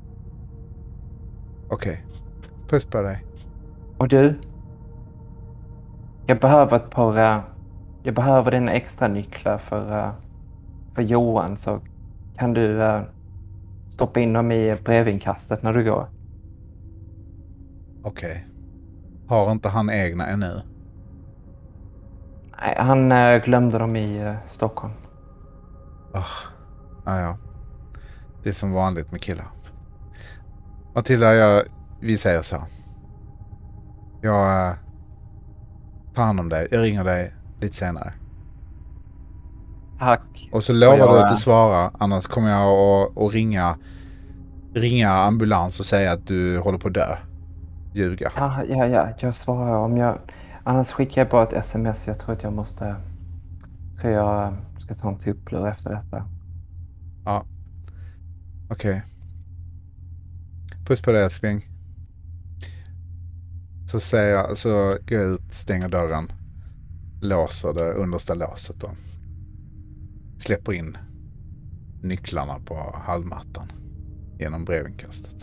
Okej. Puss på dig. Och du? Jag behöver dina extra nycklar för Johan, så kan du stoppa in dem i brevinkastet när du går. Okej. Har inte han egna ännu? Nej, han glömde dem i Stockholm. Ja. Det är som vanligt med killar. Matilda, vi säger så. Jag tar hand om dig. Jag ringer dig lite senare. Tack. Och så lovar du att du svarar. Annars kommer jag att ringa ambulans och säga att du håller på att dö. Ljuga. Ja. Jag svarar. Annars skickar jag bara ett sms. Jag tror att jag ska ta en tupplur efter detta. Ja. Okej. Puss på dig, älskling. Så går jag ut, stänger dörren, låser det understa låset och släpper in nycklarna på halvmattan genom brevinkastet.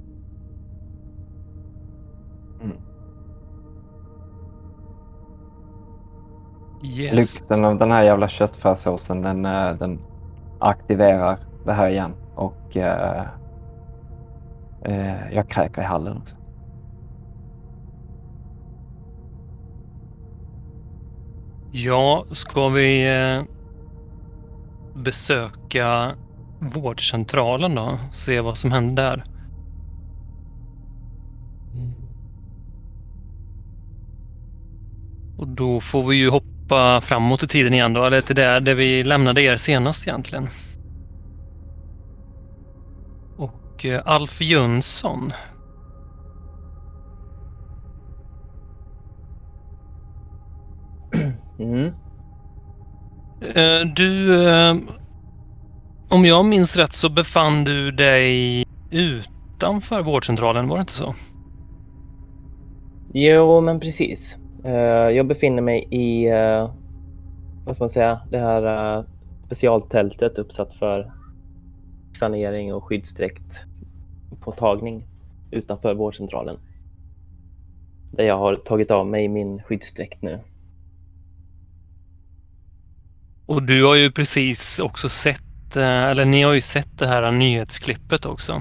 Yes. Lukten av den här jävla köttfärssåsen, den aktiverar det här igen. Och jag kräker i hallen också. Ja, ska vi besöka vårdcentralen då? Se vad som händer där. Och då får vi ju hoppa framåt i tiden igen då. Eller till där vi lämnade er senast egentligen. Och Alf Jönsson. Mm. Om jag minns rätt så befann du dig utanför vårdcentralen, var det inte så? Jo, men precis. Jag befinner mig i, vad ska man säga, det här specialtältet uppsatt för sanering och skyddsdräkt på tagning utanför vårdcentralen. Där jag har tagit av mig min skyddsdräkt nu. Och du har ju precis också sett, eller ni har ju sett det här nyhetsklippet också.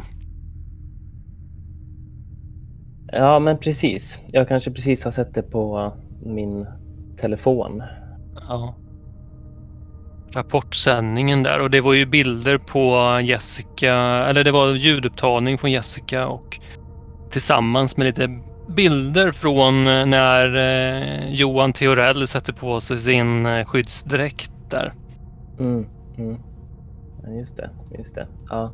Ja, men precis. Jag kanske precis har sett det på min telefon. Ja. Rapportsändningen där, och det var ju bilder på Jessica, eller det var ljudupptagning från Jessica och tillsammans med lite bilder från när Johan Theorell sätter på sig sin skyddsdräkt där. Ja, just det. Ja.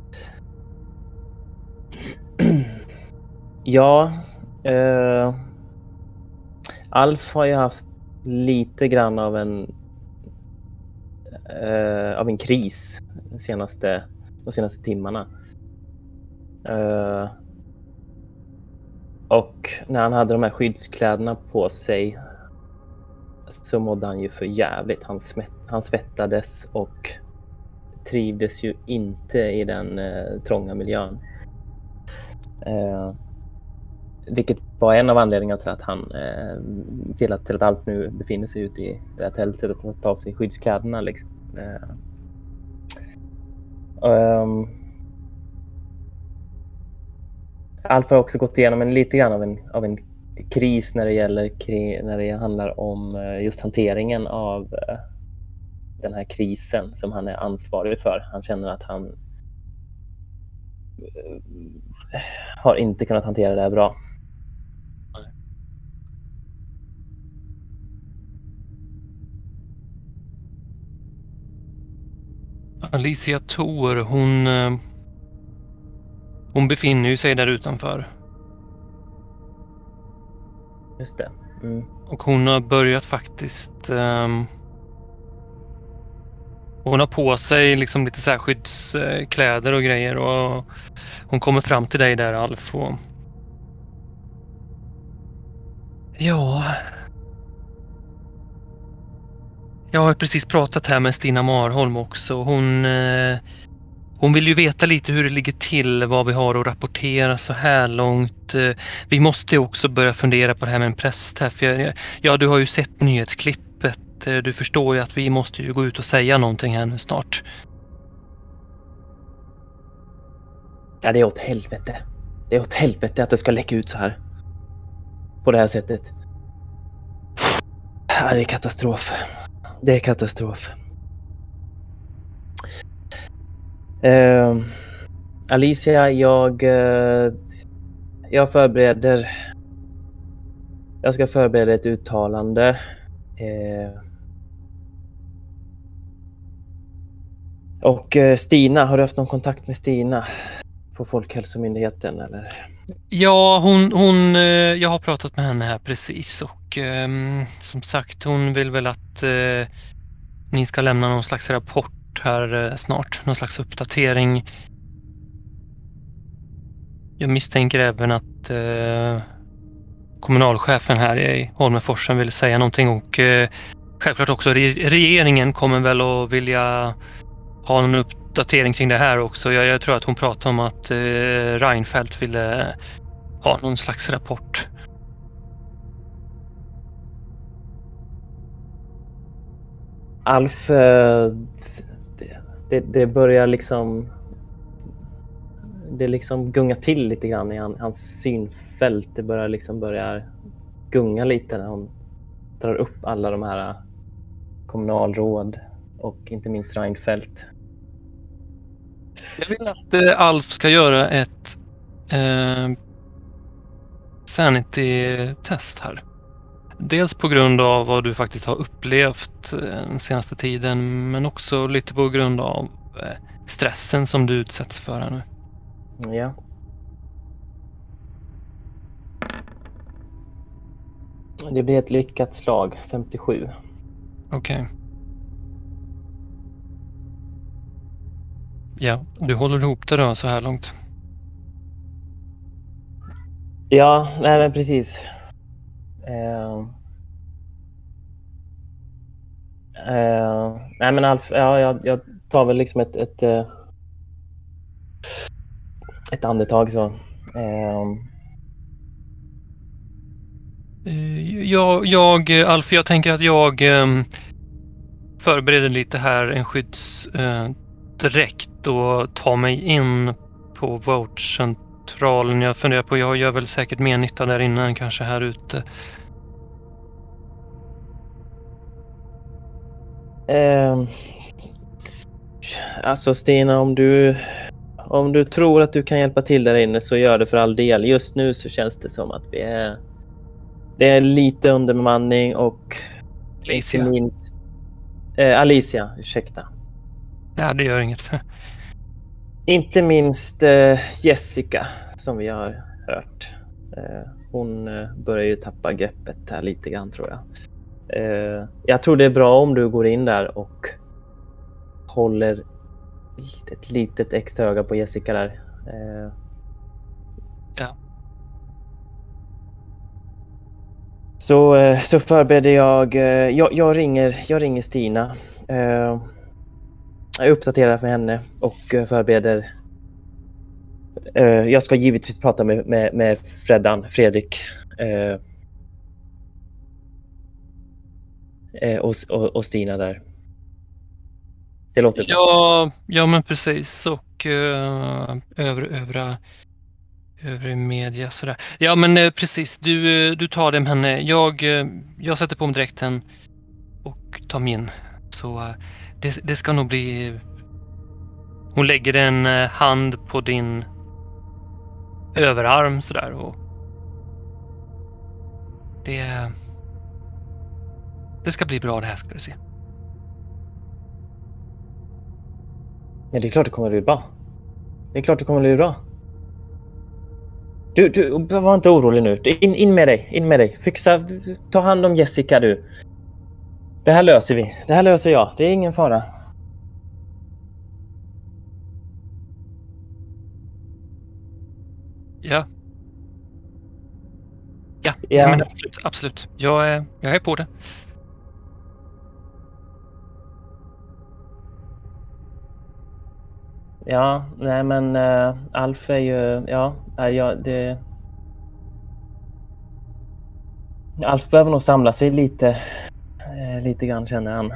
Ja, Alf har ju haft lite grann av en kris de senaste timmarna. Och när han hade de här skyddskläderna på sig så mådde han ju för jävligt. Han svettades och trivdes ju inte i den trånga miljön. Vilket var en av anledningarna till att han till att Alf nu befinner sig ute i det här tältet och tar av sig skyddskläderna liksom. Alf har också gått igenom lite grann av en kris när det handlar om just hanteringen av den här krisen som han är ansvarig för. Han känner att han har inte kunnat hantera det här bra. Alicia Thor, hon befinner ju sig där utanför. Just det. Och hon har börjat faktiskt... hon har på sig liksom lite så här skyddskläder och grejer, och hon kommer fram till dig där, Alf. Och... Ja... Jag har precis pratat här med Stina Marholm också. Hon vill ju veta lite hur det ligger till, vad vi har att rapportera så här långt. Vi måste också börja fundera på det här med en pressträff. Ja, du har ju sett nyhetsklippet. Du förstår ju att vi måste ju gå ut och säga någonting här nu snart. Ja, det är åt helvete. Det är åt helvete att det ska läcka ut så här. På det här sättet. Ja, det är katastrof. Det är katastrof. Alicia, jag ska förbereda ett uttalande. Och Stina, har du haft någon kontakt med Stina på Folkhälsomyndigheten eller? Ja, jag har pratat med henne här precis, och som sagt, hon vill väl att ni ska lämna någon slags rapport här snart, någon slags uppdatering. Jag misstänker även att kommunalchefen här i Holmenforsen vill säga någonting, och självklart också regeringen kommer väl att vilja ha någon uppdatering kring det här också. Jag tror att hon pratade om att Reinfeldt ville ha någon slags rapport. Alf, det börjar liksom... Det liksom gunga till lite grann i hans synfält. Det börjar gunga lite när hon drar upp alla de här kommunalråd och inte minst Reinfeldt. Jag vill att Alf ska göra ett sanity-test här. Dels på grund av vad du faktiskt har upplevt den senaste tiden, men också lite på grund av stressen som du utsätts för här nu. Ja. Det blir ett lyckat slag, 57. Okej. Ja, du håller ihop det då så här långt. Ja, nej men precis. Nej men Alf, ja, jag tar väl liksom ett andetag så. Alf, jag tänker att jag förbereder lite här en skyddsdräkt och tar mig in på vårdcentralen. Jag funderar på, jag gör väl säkert mer nytta där inne än kanske här ute. Alltså Stina, om du tror att du kan hjälpa till där inne så gör det för all del. Just nu så känns det som att det är lite underbemanning och Alicia. inte minst Alicia, ursäkta. Ja, det gör inget. Inte minst Jessica som vi har hört. Hon börjar ju tappa greppet här lite grann tror jag. Jag tror det är bra om du går in där och håller ett litet extra öga på Jessica där. Ja. Så förbereder jag ringer Stina. Jag uppdaterar för henne och förbereder. Jag ska givetvis prata med Fredrik. Och Stina där. Det låter bra. Ja, men precis. Och övrig media sådär. Ja, men precis. Du tar det med henne. Jag sätter på mig dräkten och tar mig in. Så det ska nog bli... Hon lägger en hand på din överarm sådär och det ska bli bra det här, ska du se. Ja, det är klart det kommer att bli bra. Det är klart det kommer att bli bra. Du var inte orolig nu. In med dig. Fixa, ta hand om Jessica du. Det här löser vi. Det här löser jag. Det är ingen fara. Ja. Ja. Men absolut. Jag är på det. Ja, nej men Alf är ju... Alf behöver nog samla sig lite grann, känner han.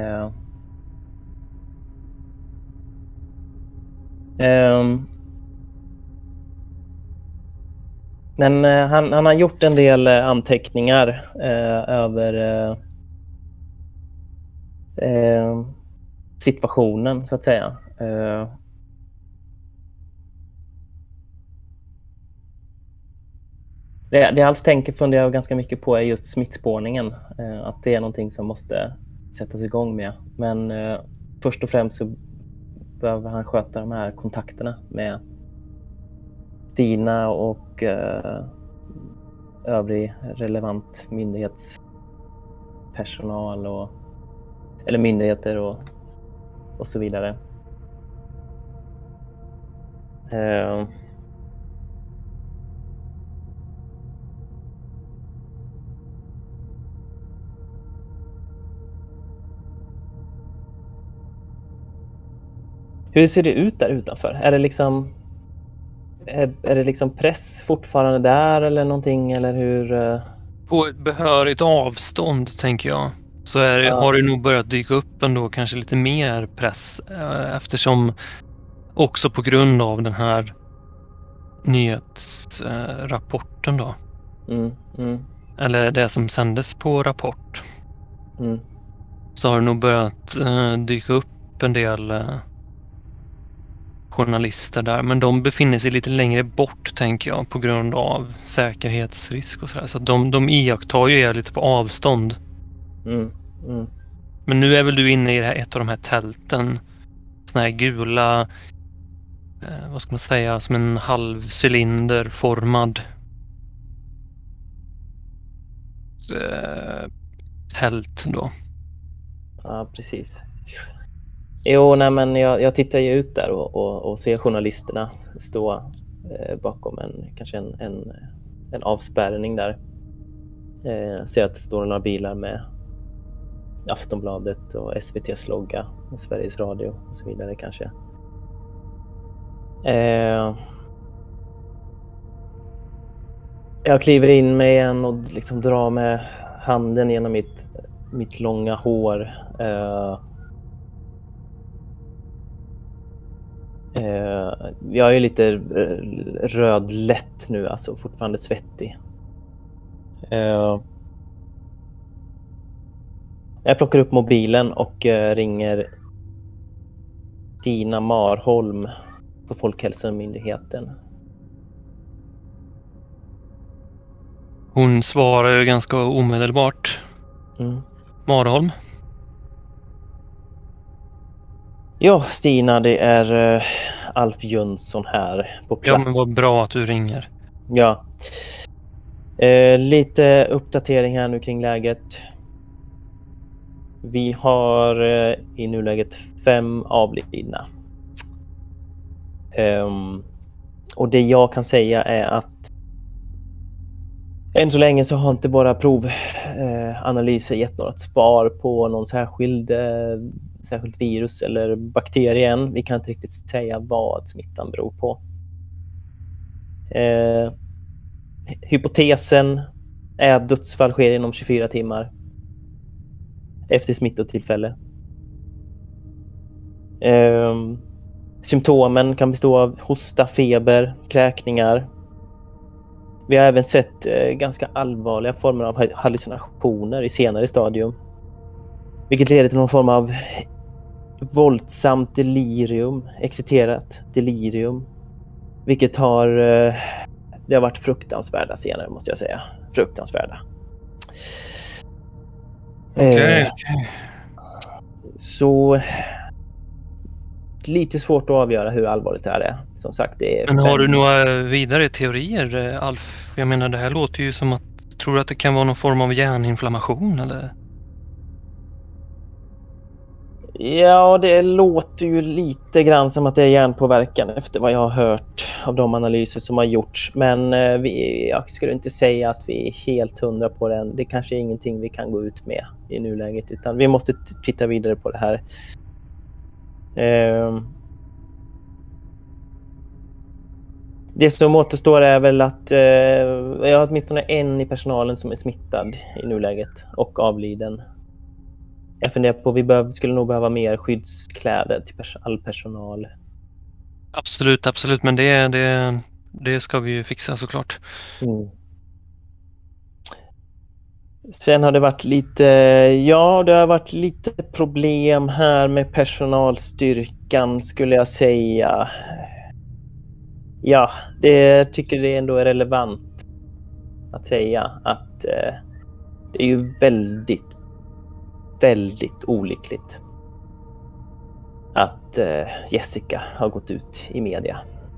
Men han har gjort en del anteckningar över situationen, så att säga. Det Alf funderar ganska mycket på är just smittspårningen. Att det är någonting som måste sättas igång med. Men först och främst så behöver han sköta de här kontakterna med Stina och övrig relevant myndighetspersonal eller myndigheter och så vidare. Hur ser det ut där utanför? Är det liksom press fortfarande där eller någonting, eller hur? På ett behörigt avstånd, tänker jag. Så har det nog börjat dyka upp ändå kanske lite mer press eftersom också på grund av den här nyhetsrapporten då. Eller det som sändes på Rapport. så har det nog börjat dyka upp en del journalister där. Men de befinner sig lite längre bort, tänker jag, på grund av säkerhetsrisk och sådär. Så de iakttar ju er lite på avstånd. Men nu är väl du inne i ett av de här tälten. Såna här gula, vad ska man säga, som en halvcylinderformad tält då. Ja, precis. Jo, nej, men jag tittar ju ut där och ser journalisterna stå bakom kanske en avspärrning där. Ser att det står några bilar med Aftonbladet och SVT:s logga och Sveriges Radio och så vidare kanske. Jag kliver in med en och liksom drar med handen genom mitt långa hår. Jag är lite rödlätt nu, alltså fortfarande svettig. Jag plockar upp mobilen och ringer Stina Marholm på Folkhälsomyndigheten. Hon svarar ju ganska omedelbart. Marholm? Ja, Stina, det är Alf Jönsson här på plats. Ja, men vad bra att du ringer. Ja. Lite uppdatering här nu kring läget. Vi har i nuläget 5 avlidna. Och det jag kan säga är att än så länge så har inte våra provanalyser gett något svar på någon särskilt virus eller bakterie än. Vi kan inte riktigt säga vad smittan beror på. Hypotesen är att dödsfall sker inom 24 timmar efter smittotillfälle. Symptomen kan bestå av hosta, feber, kräkningar. Vi har även sett ganska allvarliga former av hallucinationer i senare stadium. Vilket leder till någon form av våldsamt delirium, exciterat delirium. Vilket det har varit fruktansvärda scener, måste jag säga. Fruktansvärda. Okej. Så lite svårt att avgöra hur allvarligt det här är. Som sagt, det är. Men har du några vidare teorier, Alf? Jag menar, det här låter ju som att... Tror du att det kan vara någon form av hjärninflammation, eller? Ja, det låter ju lite grann som att det är hjärnpåverkan efter vad jag har hört av de analyser som har gjorts. Men jag skulle inte säga att vi är helt 100 på den. Det kanske är ingenting vi kan gå ut med i nuläget, utan vi måste titta vidare på det här. Det som återstår är väl att jag har åtminstone en i personalen som är smittad i nuläget och avliden. Jag funderar på vi skulle nog behöva mer skyddskläder till all personal. Absolut, men det ska vi ju fixa såklart. Sen har det varit lite problem här med personalstyrkan, skulle jag säga. Ja, det tycker det ändå är relevant att säga att det är ju väldigt, väldigt olyckligt att Jessica har gått ut i media.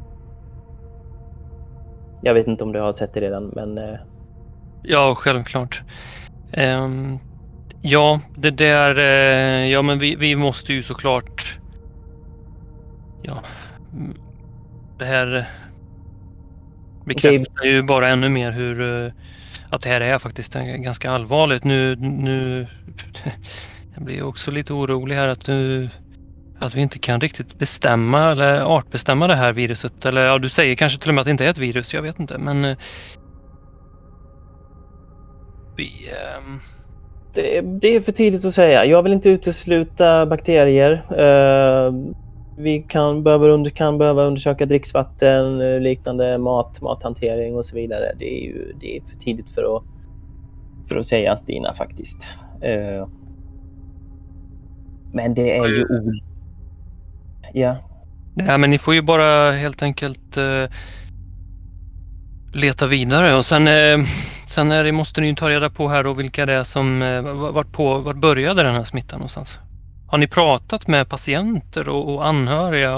Jag vet inte om du har sett det redan, men... Ja, självklart. Ja, det där... ja, men vi måste ju såklart... Ja... Det här bekräftar ju bara ännu mer hur... att det här är faktiskt ganska allvarligt. Nu jag blir också lite orolig här att vi inte kan riktigt bestämma eller artbestämma det här viruset. Eller ja, du säger kanske till och med att det inte är ett virus, jag vet inte. Men det är för tidigt att säga. Jag vill inte utesluta bakterier. Vi kan behöva undersöka dricksvatten, liknande mathantering och så vidare. Det är för tidigt för att säga, Stina, faktiskt. Men det är ju Ja. Ja, men ni får ju bara helt enkelt leta vidare och sen är det, måste ni ju ta reda på här då vilka det är som vart började den här smittan någonstans. Har ni pratat med patienter och anhöriga?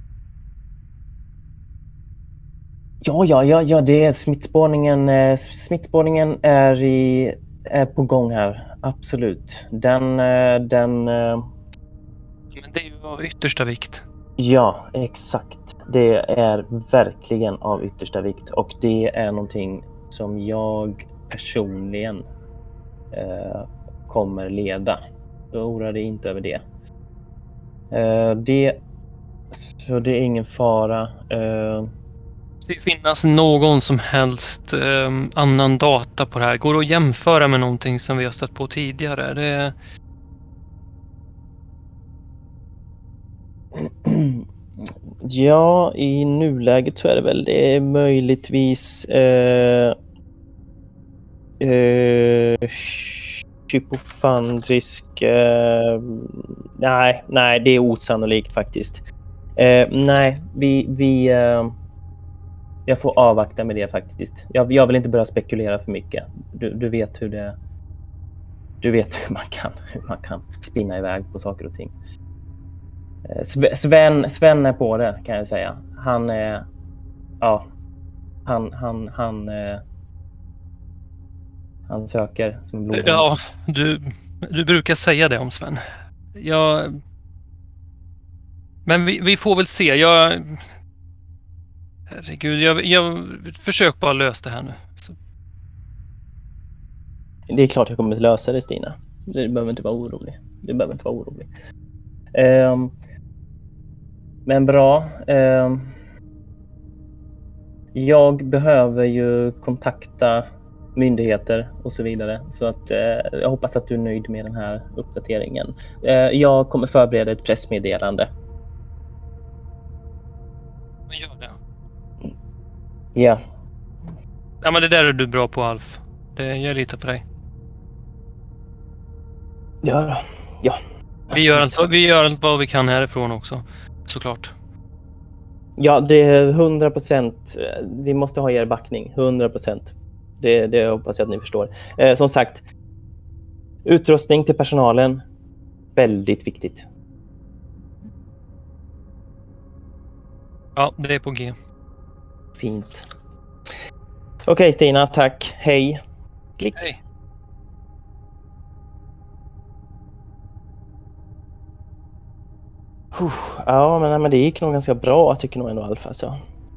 Ja, det är smittspårningen är på gång här. Absolut. Den Men det är ju av yttersta vikt. Ja, exakt. Det är verkligen av yttersta vikt och det är någonting som jag personligen kommer leda. Så oroa dig inte över det. Så det är ingen fara. Det finnas någon som helst annan data på det här? Går det att jämföra med någonting som vi har stött på tidigare? Ja, i nuläget så är det väl det möjligtvis hypofandrisk. Nej, det är osannolikt faktiskt. Nej, jag får avvakta med det faktiskt. Jag vill inte börja spekulera för mycket. Du vet hur det. Du vet hur man kan spinna iväg på saker och ting. Sven är på det, kan jag säga. Han är han söker som blod. Ja, du brukar säga det om Sven. Men vi får väl se. Herregud, jag försöker bara lösa det här nu. Det är klart jag kommer att lösa det, Stina. Du behöver inte vara orolig. Men bra. Jag behöver ju kontakta myndigheter och så vidare. Så att jag hoppas att du är nöjd med den här uppdateringen. Jag kommer förbereda ett pressmeddelande. Men gör det. Ja. Ja, men det där är du bra på, Alf. Jag litar på dig. Ja. Vi gör allt vad vi kan härifrån också, såklart. Ja, det är 100%. Vi måste ha er backning, 100%. Det hoppas jag att ni förstår. Som sagt, utrustning till personalen, väldigt viktigt. Ja, det är på G. Fint. Okej, Stina, tack. Hej. Klick. Hej. Ja, men det gick nog ganska bra, jag tycker nog ändå, Alf. Alltså.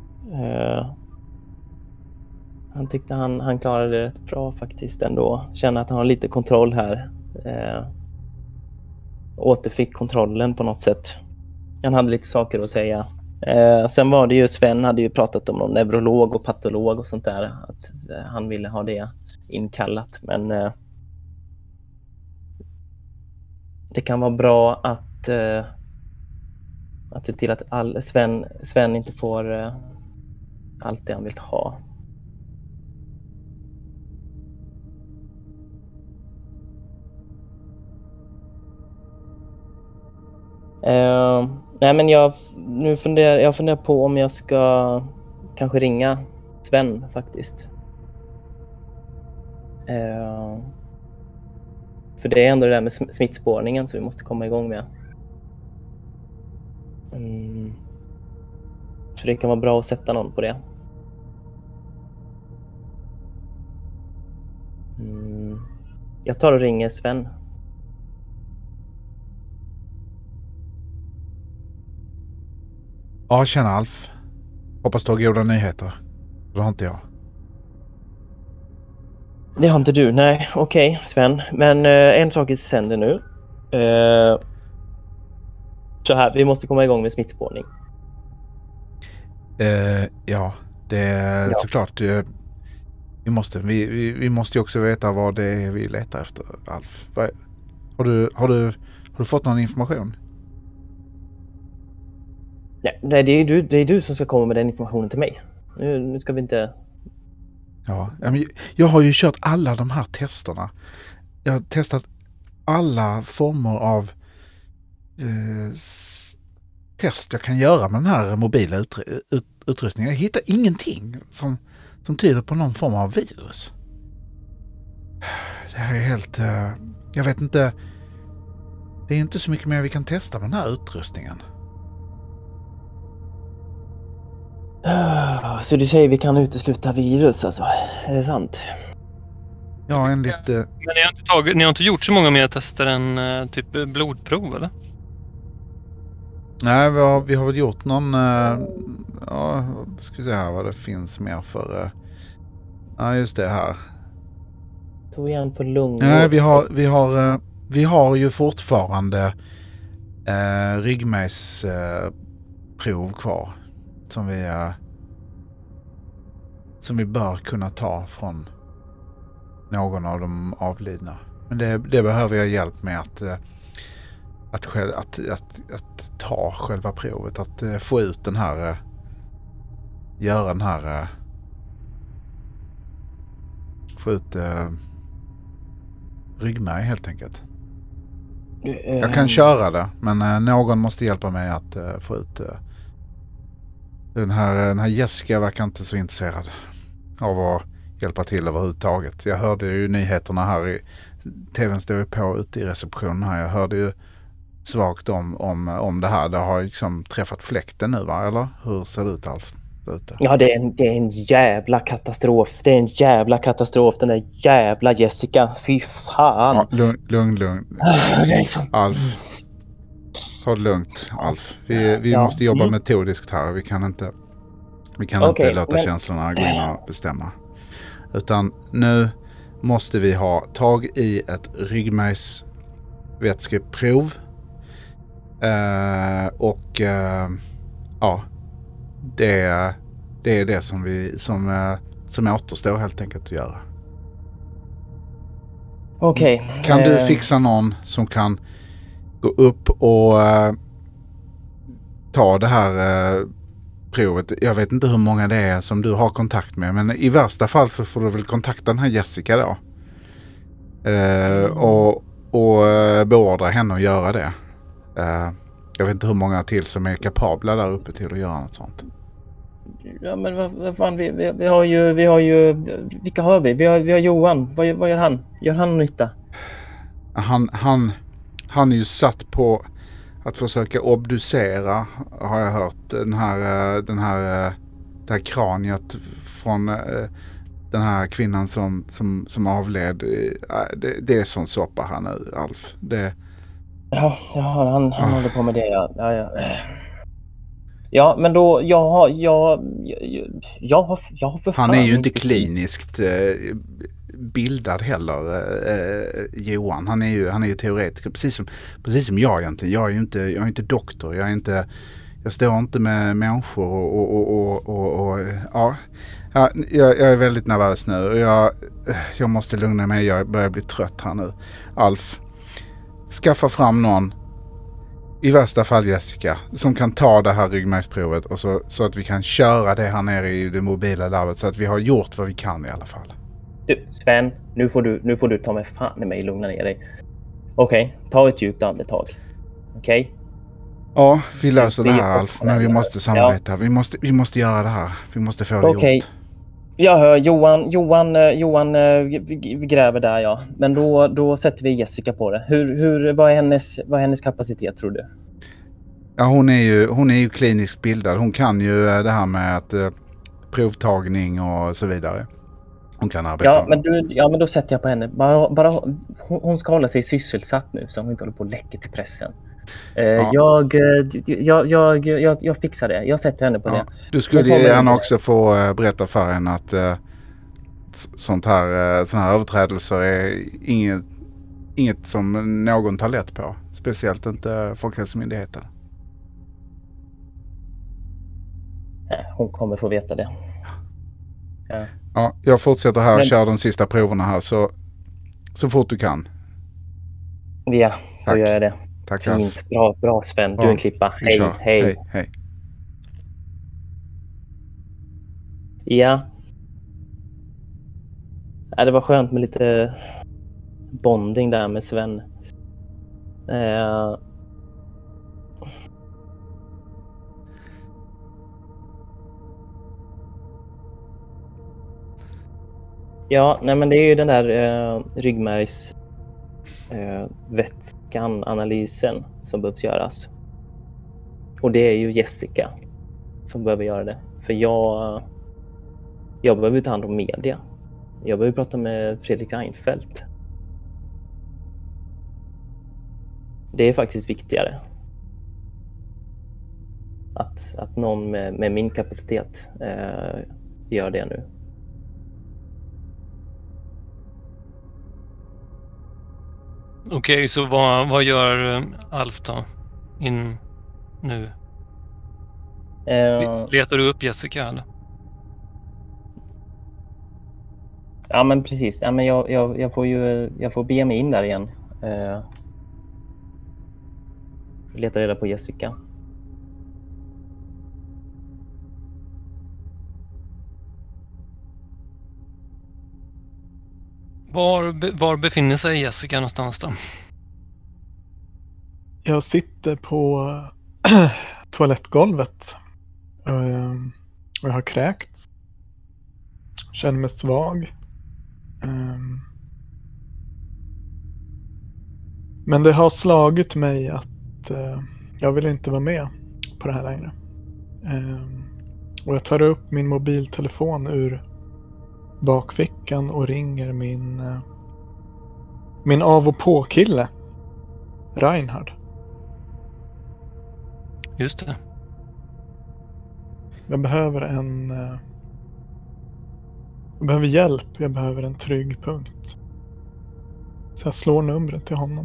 Han tyckte han klarade det rätt bra faktiskt ändå. Känner att han har lite kontroll här. Återfick kontrollen på något sätt. Han hade lite saker att säga. Sen var det ju, Sven hade ju pratat om någon neurolog och patolog och sånt där. Att han ville ha det inkallat. Men det kan vara bra att se till att Sven inte får allt det han vill ha. Nej, men jag funderar på om jag ska kanske ringa Sven faktiskt. För det är ändå det där med smittspårningen som vi måste komma igång med. Så det kan vara bra att sätta någon på det. Jag tar och ringer Sven. Ja, tjena Alf. Hoppas du har goda nyheter. Det har inte jag. Det har inte du, nej. Okej, Sven. Men en sak i sänder nu. Så här, vi måste komma igång med smittspårning. Ja, det är såklart. Vi måste ju också veta vad det är vi letar efter, Alf. Har du fått någon information? Nej, det är du som ska komma med den informationen till mig. Nu ska vi inte... Ja, men jag har ju kört alla de här testerna. Jag har testat alla former av test jag kan göra med den här mobila utrustningen. Jag hittar ingenting som tyder på någon form av virus. Det här är helt... jag vet inte... Det är inte så mycket mer vi kan testa med den här utrustningen. Så du säger vi kan utesluta virus alltså? Är det sant? Ja, enligt... Men ni har inte gjort så många mer tester än typ blodprov, eller? Nej, vi har väl gjort någon... ja, ska vi se här vad det finns mer för... ja, just det här. Tog igen för lungor. Nej, vi har ju fortfarande ryggmärgsprov kvar som vi bör kunna ta från någon av de avlidna. Men det behöver jag hjälp med att ta själva provet, att få ut den här göra den här få ut ryggmärg helt enkelt. Jag kan köra det, men någon måste hjälpa mig att få ut den här Jessica verkar inte så intresserad av att hjälpa till överhuvudtaget. Jag hörde ju nyheterna här tvn står ju på ute i receptionen här. Jag hörde ju svagt om det här. Det har liksom träffat fläkten nu, va? Eller? Hur ser det ut, Alf? Ja, det är en jävla katastrof. Det är en jävla katastrof, den där jävla Jessica. Fy fan. Ja, lugn. Alf. Ta det lugnt, Alf. Vi måste jobba metodiskt här. Vi kan inte låta känslorna gå in och bestämma. Utan nu måste vi ha tag i ett ryggmärgsvätskeprov. Det är det som återstår helt enkelt att göra. Okej. Kan du fixa någon som kan gå upp och ta det här provet? Jag vet inte hur många det är som du har kontakt med, men i värsta fall så får du väl kontakta den här Jessica då. Och beordra henne att göra det. Jag vet inte hur många till som är kapabla där uppe till att göra något sånt. Ja, men vad fan, vi har ju vilka har vi? Vi har Johan. Vad gör han? Gör han nytta? Han är ju satt på att försöka obducera, har jag hört, det här kraniet från den här kvinnan som avled. Det är sån soppa han nu, Alf. Ja, han håller på med det. Ja, men då jag har för fan. Han är ju inte kliniskt bildad heller, Johan. Han är ju teoretiker, precis som jag egentligen. Jag är inte doktor. Jag står inte med människor och jag är väldigt nervös nu och jag måste lugna mig. Jag börjar bli trött här nu. Alf, skaffa fram någon, i värsta fall Jessica, som kan ta det här ryggmärgsprovet och så att vi kan köra det här nere i det mobila labbet, så att vi har gjort vad vi kan i alla fall. Du, Sven, nu får du ta mig fan i mig, lugna ner dig. Okej, ta ett djupt andetag. Okej? Ja, vi löser det här, Alf, men vi måste samarbeta. Ja. Vi måste göra det här. Vi måste få det gjort. Jag hör Johan gräver där, ja. Men då sätter vi Jessica på det. Vad är hennes kapacitet, tror du? Ja, hon är ju kliniskt bildad. Hon kan ju det här med att provtagning och så vidare. Hon kan arbeta. Men då sätter jag på henne. Bara hon ska hålla sig sysselsatt nu så hon inte håller på och läcker till pressen. Jag fixar det. Jag sätter henne på det. Du skulle gärna också få berätta för henne att såna här överträdelser är inget som någon tar lätt på. Speciellt inte Folkhälsomyndigheten. Hon kommer få veta det. Ja, jag fortsätter här och kör de sista proverna här så fort du kan. Ja, då gör jag det. Tack. Fint, bra Sven. Du är en klippa. Hej. Ja. Det var skönt med lite bonding där med Sven. Ja, nej men det är ju den där ryggmärgsvätskan analysen som behövs göras. Och det är ju Jessica som behöver göra det. För jag behöver ta hand om media. Jag behöver prata med Fredrik Reinfeldt. Det är faktiskt viktigare. Att någon med min kapacitet gör det nu. Okej, så vad gör Alf då? In nu? Letar du upp Jessica eller? Ja men precis. Ja, men jag får bege mig in där igen. Leta reda på Jessica. Var befinner sig Jessica någonstans då? Jag sitter på toalettgolvet. Och jag har kräkts. Känner mig svag. Men det har slagit mig att jag vill inte vara med på det här längre. Och jag tar upp min mobiltelefon ur bakfickan och ringer min av och på-kille, Reinhard. Just det. Jag behöver jag behöver hjälp. Jag behöver en trygg punkt. Så jag slår numret till honom.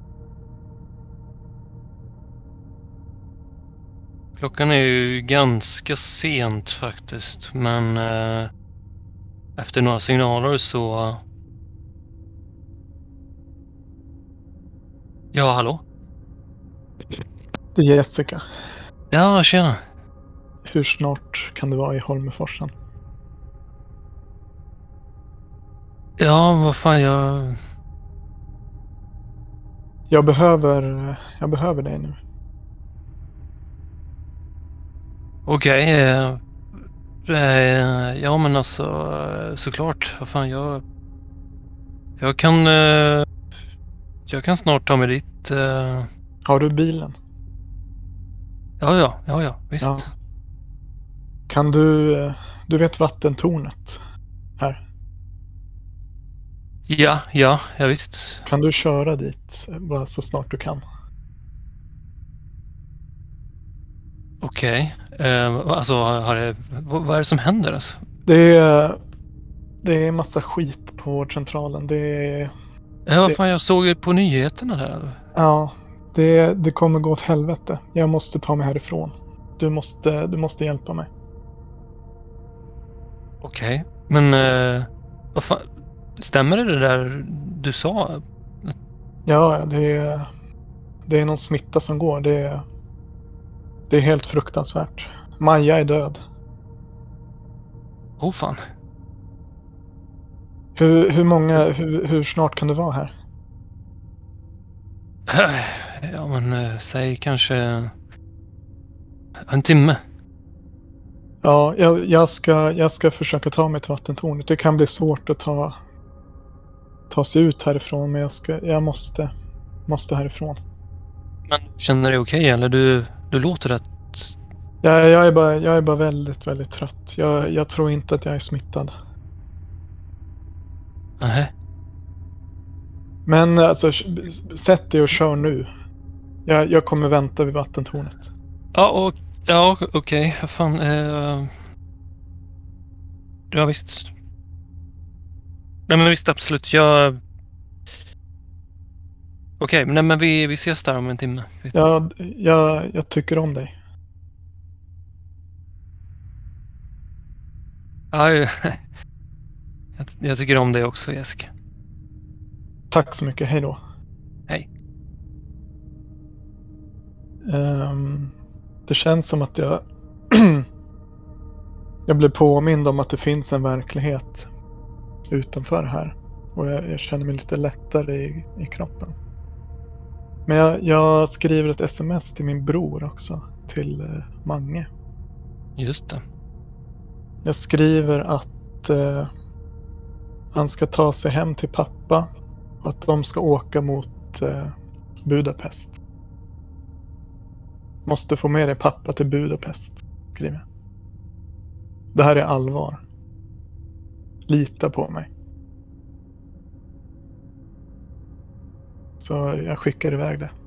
Klockan är ju ganska sent faktiskt, men efter några signaler så... Ja, hallå? Det är Jessica. Ja, tjena. Hur snart kan du vara i Holmeforsen? Ja, vad fan, Jag behöver dig nu. Okej, ja men alltså såklart, vad fan jag kan snart ta mig dit. Har du bilen? Ja, visst. Ja. Kan du vet vattentornet här? Ja, visst. Kan du köra dit bara så snart du kan? Okej. Alltså, vad är det som händer alltså? Det är massa skit på vårdcentralen. Vad fan, jag såg ju på nyheterna där. Ja, det kommer gå åt helvete. Jag måste ta mig härifrån. Du måste hjälpa mig. Okej, men vad fan, stämmer det där du sa? Ja, det är någon smitta som går. Det är helt fruktansvärt. Maja är död. Åh fan. Hur snart kan du vara här? Ja men säg kanske en timme. Ja, jag ska försöka ta mig till vattentornet. Det kan bli svårt att ta sig ut härifrån, men jag måste härifrån. Men känner du dig okej, eller du låter rätt? Ja, jag är bara väldigt, väldigt trött. Jag tror inte att jag är smittad. Nej. Men alltså, sätt dig och kör nu. Jag kommer vänta vid vattentornet. Ja, okej. Vad fan. Ja, visst. Nej, men visst, absolut. Okej, nej, men vi ses där om en timme. Ja, jag tycker om dig. Ja, jag tycker om dig också, Jessica. Tack så mycket. Hej då. Hej. Det känns som att jag blev påmind om att det finns en verklighet utanför här. Och jag känner mig lite lättare i kroppen. Men jag skriver ett sms till min bror också. Till Mange. Just det. Jag skriver att han ska ta sig hem till pappa. Och att de ska åka mot Budapest. Måste få med dig pappa till Budapest, skriver jag. Det här är allvar. Lita på mig. Så jag skickar iväg det.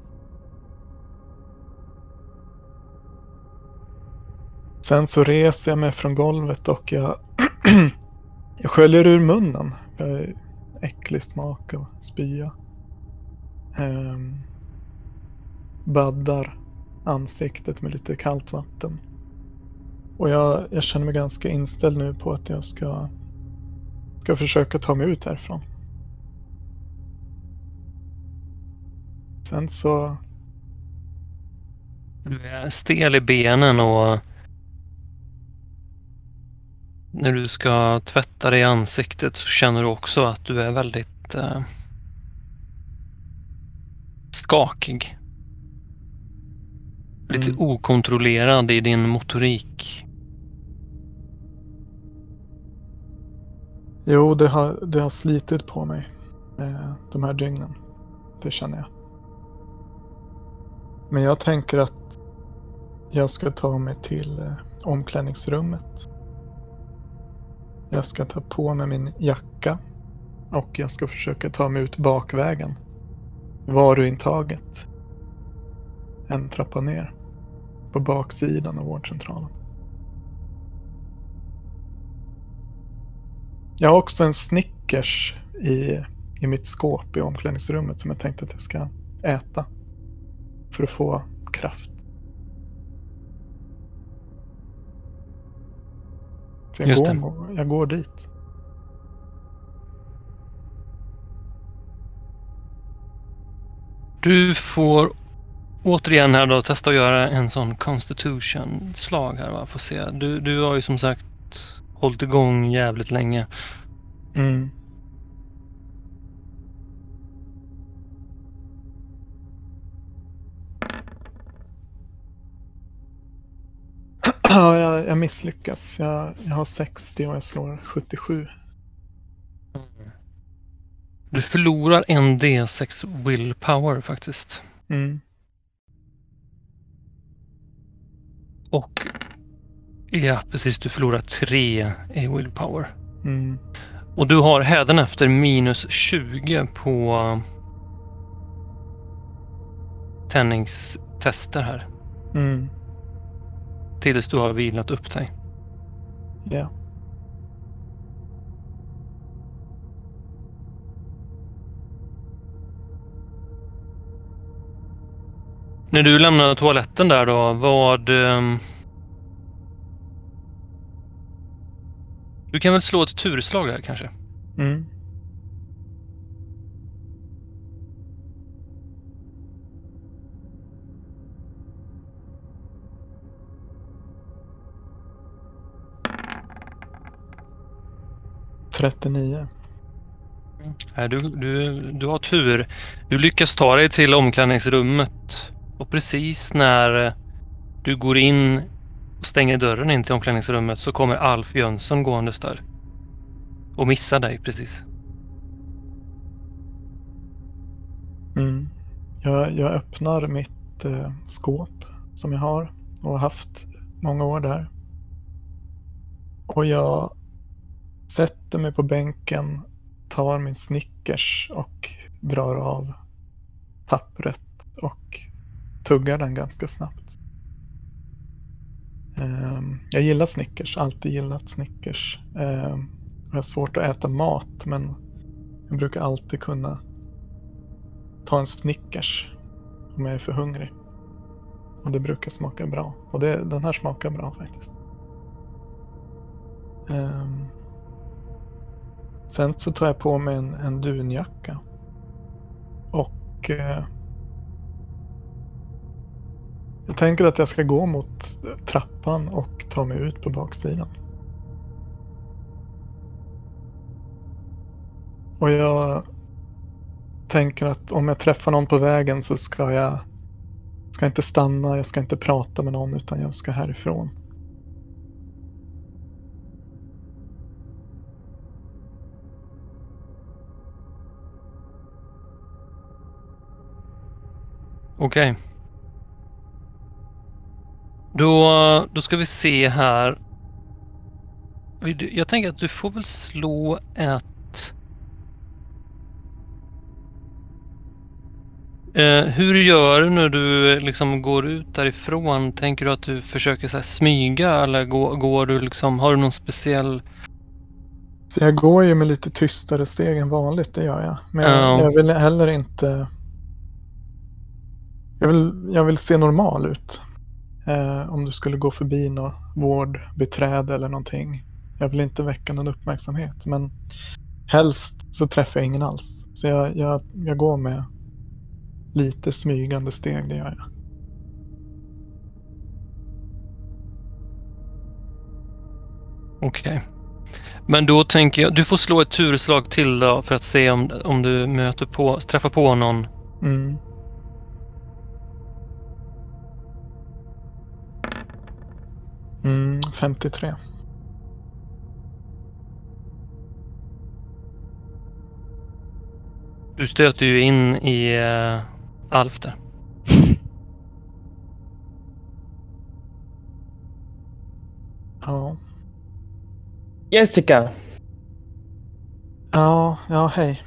Sen så reser jag mig från golvet och jag sköljer ur munnen. Äcklig smak och spya. Baddar ansiktet med lite kallt vatten. Och jag känner mig ganska inställd nu på att jag ska försöka ta mig ut härifrån. Sen så... Du är stel i benen och när du ska tvätta dig i ansiktet så känner du också att du är väldigt skakig. Lite okontrollerad i din motorik. Jo, det har slitit på mig de här dygnen. Det känner jag. Men jag tänker att jag ska ta mig till omklädningsrummet. Jag ska ta på mig min jacka och jag ska försöka ta mig ut bakvägen. Varuintaget. En trappa ner. På baksidan av vårdcentralen. Jag har också en Snickers i mitt skåp i omklädningsrummet som jag tänkte att jag ska äta. För att få kraft. Så jag går dit. Du får återigen här då testa att göra en sån Constitution-slag här, va? Får se. Du har ju som sagt hållit igång jävligt länge. Mm. Ja, jag misslyckas. Jag har 60 och jag slår 77. Du förlorar en D6 willpower faktiskt. Mm. Och ja, precis. Du förlorar 3 i willpower. Mm. Och du har hädanefter minus 20 på tändningstester här. Mm. Tills du har vilat upp dig. Ja. När du lämnar toaletten där då, vad... Du kan väl slå ett turslag där kanske? Mm. ...39. Du har tur. Du lyckas ta dig till omklädningsrummet. Och precis när du går in och stänger dörren in till omklädningsrummet så kommer Alf Jönsson gåendes där. Och missar dig precis. Mm. Jag öppnar mitt skåp som jag har och har haft många år där. Och jag sätter mig på bänken, tar min Snickers och drar av pappret och tuggar den ganska snabbt. Jag gillar Snickers, alltid gillat Snickers. Jag har svårt att äta mat, men jag brukar alltid kunna ta en Snickers om jag är för hungrig. Och det brukar smaka bra. Och den här smakar bra faktiskt. Sen så tar jag på mig en dunjacka. Och jag tänker att jag ska gå mot trappan och ta mig ut på baksidan. Och jag tänker att om jag träffar någon på vägen så ska jag inte stanna, jag ska inte prata med någon utan jag ska härifrån. Okej. Då ska vi se här. Jag tänker att du får väl slå ett... hur gör du när du liksom går ut därifrån? Tänker du att du försöker så här smyga eller går du liksom, har du någon speciell... Så jag går ju med lite tystare steg än vanligt, det gör jag. Men jag vill heller inte... Jag vill se normal ut. Om du skulle gå förbi något vårdbiträde eller någonting. Jag vill inte väcka någon uppmärksamhet. Men helst så träffar jag ingen alls. Så jag går med lite smygande steg, det gör jag. Okej. Men då tänker jag, du får slå ett turslag till då för att se om du träffar på någon. 53. Du stöter ju in i Alf där. Ja. Jessica! Ja, hej.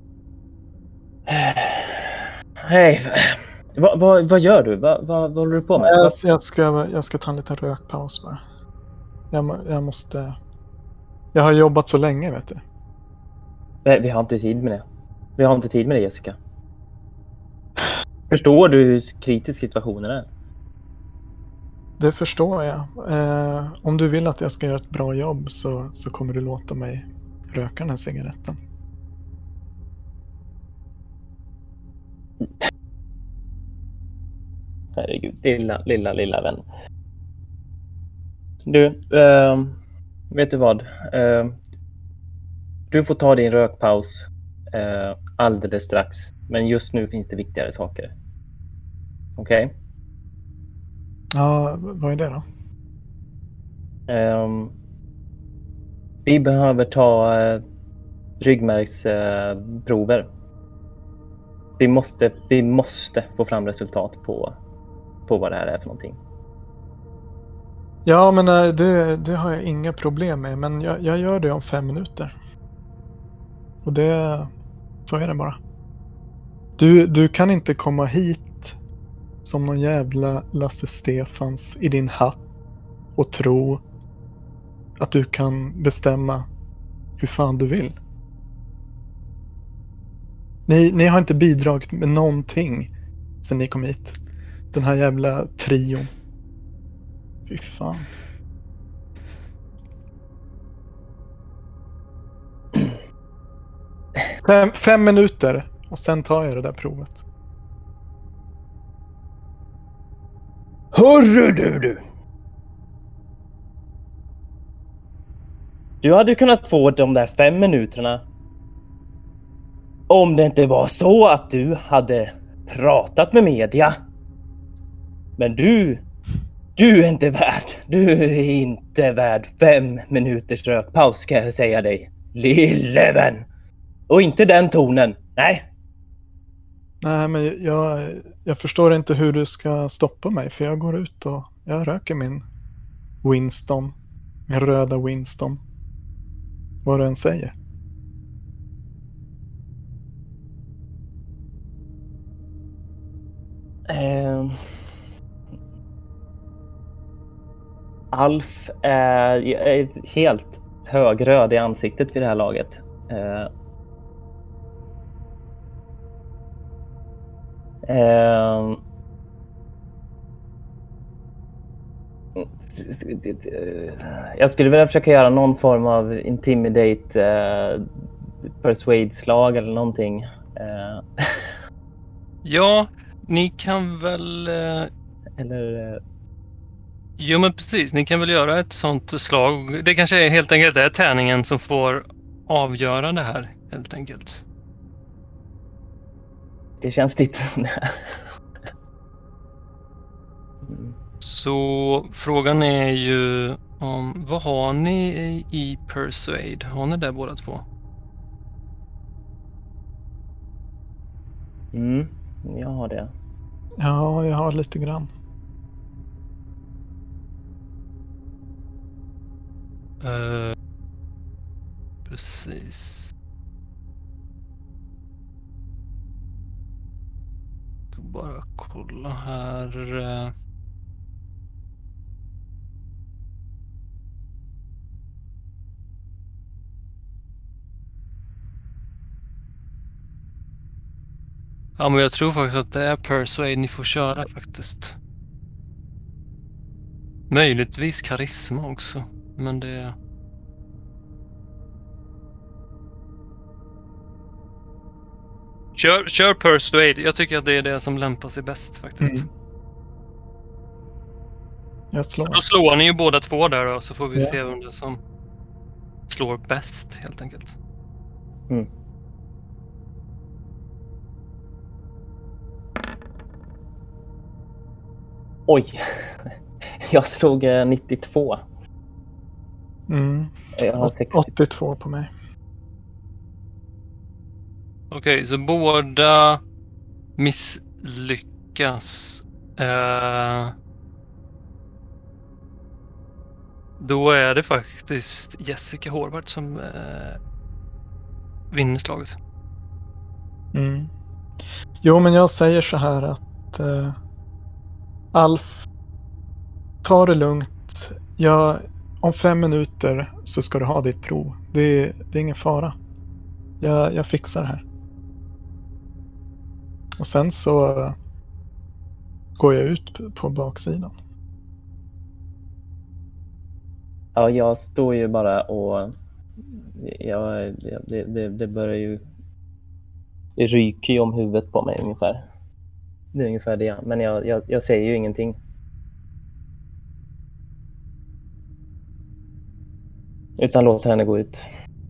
Hej. Vad gör du? Vad håller du på med? Jag ska ta en liten rökpaus bara. Jag måste... Jag har jobbat så länge, vet du. Vi har inte tid med det. Vi har inte tid med det, Jessica. Förstår du hur kritisk situationen är? Det förstår jag. Om du vill att jag ska göra ett bra jobb så kommer du låta mig röka den här cigaretten. Herregud, lilla vän. Du, vet du vad? Du får ta din rökpaus alldeles strax. Men just nu finns det viktigare saker. Okej? Ja, vad är det då? Vi behöver ta ryggmärgsprover. Vi måste få fram resultat på vad det här är för någonting. Ja, men det har jag inga problem med. Men jag gör det om 5 minuter. Och så är det bara. Du kan inte komma hit som någon jävla Lasse Stefans i din hatt och tro att du kan bestämma hur fan du vill. Ni har inte bidragit med någonting sen ni kom hit. Den här jävla trion. Fy fan. Fem minuter och sen tar jag det där provet. Hörru du! Du hade kunnat få de där 5 minuterna om det inte var så att du hade pratat med media. Men du är inte värd. Du är inte värd 5 minuters rökpaus, ska jag säga dig. Lille vän. Och inte den tonen. Nej. Nej, men jag förstår inte hur du ska stoppa mig. För jag går ut och jag röker min Winston. Min röda Winston. Vad du än säger. Alf är helt högröd i ansiktet vid det här laget. Jag skulle vilja försöka göra någon form av intimidate persuade-slag eller någonting. Ja, ni kan väl... Eller... Jo, men precis. Ni kan väl göra ett sånt slag. Det kanske är helt enkelt är tärningen som får avgöra det här, helt enkelt. Det känns lite... Så frågan är ju om vad har ni i Persuade? Har ni det båda två? Jag har det. Ja, jag har lite grann. Precis. Ska bara kolla här. Ja, men jag tror faktiskt att det är Persuade ni får köra faktiskt. Möjligtvis karisma också, men det... Kör Persuade. Jag tycker att det är det som lämpar sig bäst faktiskt. Jag slår. Då slår ni ju båda två där då, så får vi se vem det som slår bäst helt enkelt. Oj! Jag slog 92. Jag har 60. 82 på mig. Okej, så båda misslyckas. Då är det faktiskt Jessica Horvath som vinner slaget. Jo, men jag säger så här att Alf, ta det lugnt. Om 5 minuter så ska du ha ditt prov. Det är ingen fara. Jag fixar det här. Och sen så går jag ut på baksidan. Ja, jag står ju bara och det börjar ju... Det ryker ju om huvudet på mig ungefär. Det är ungefär det. Men jag säger ju ingenting. Utan låter henne gå ut.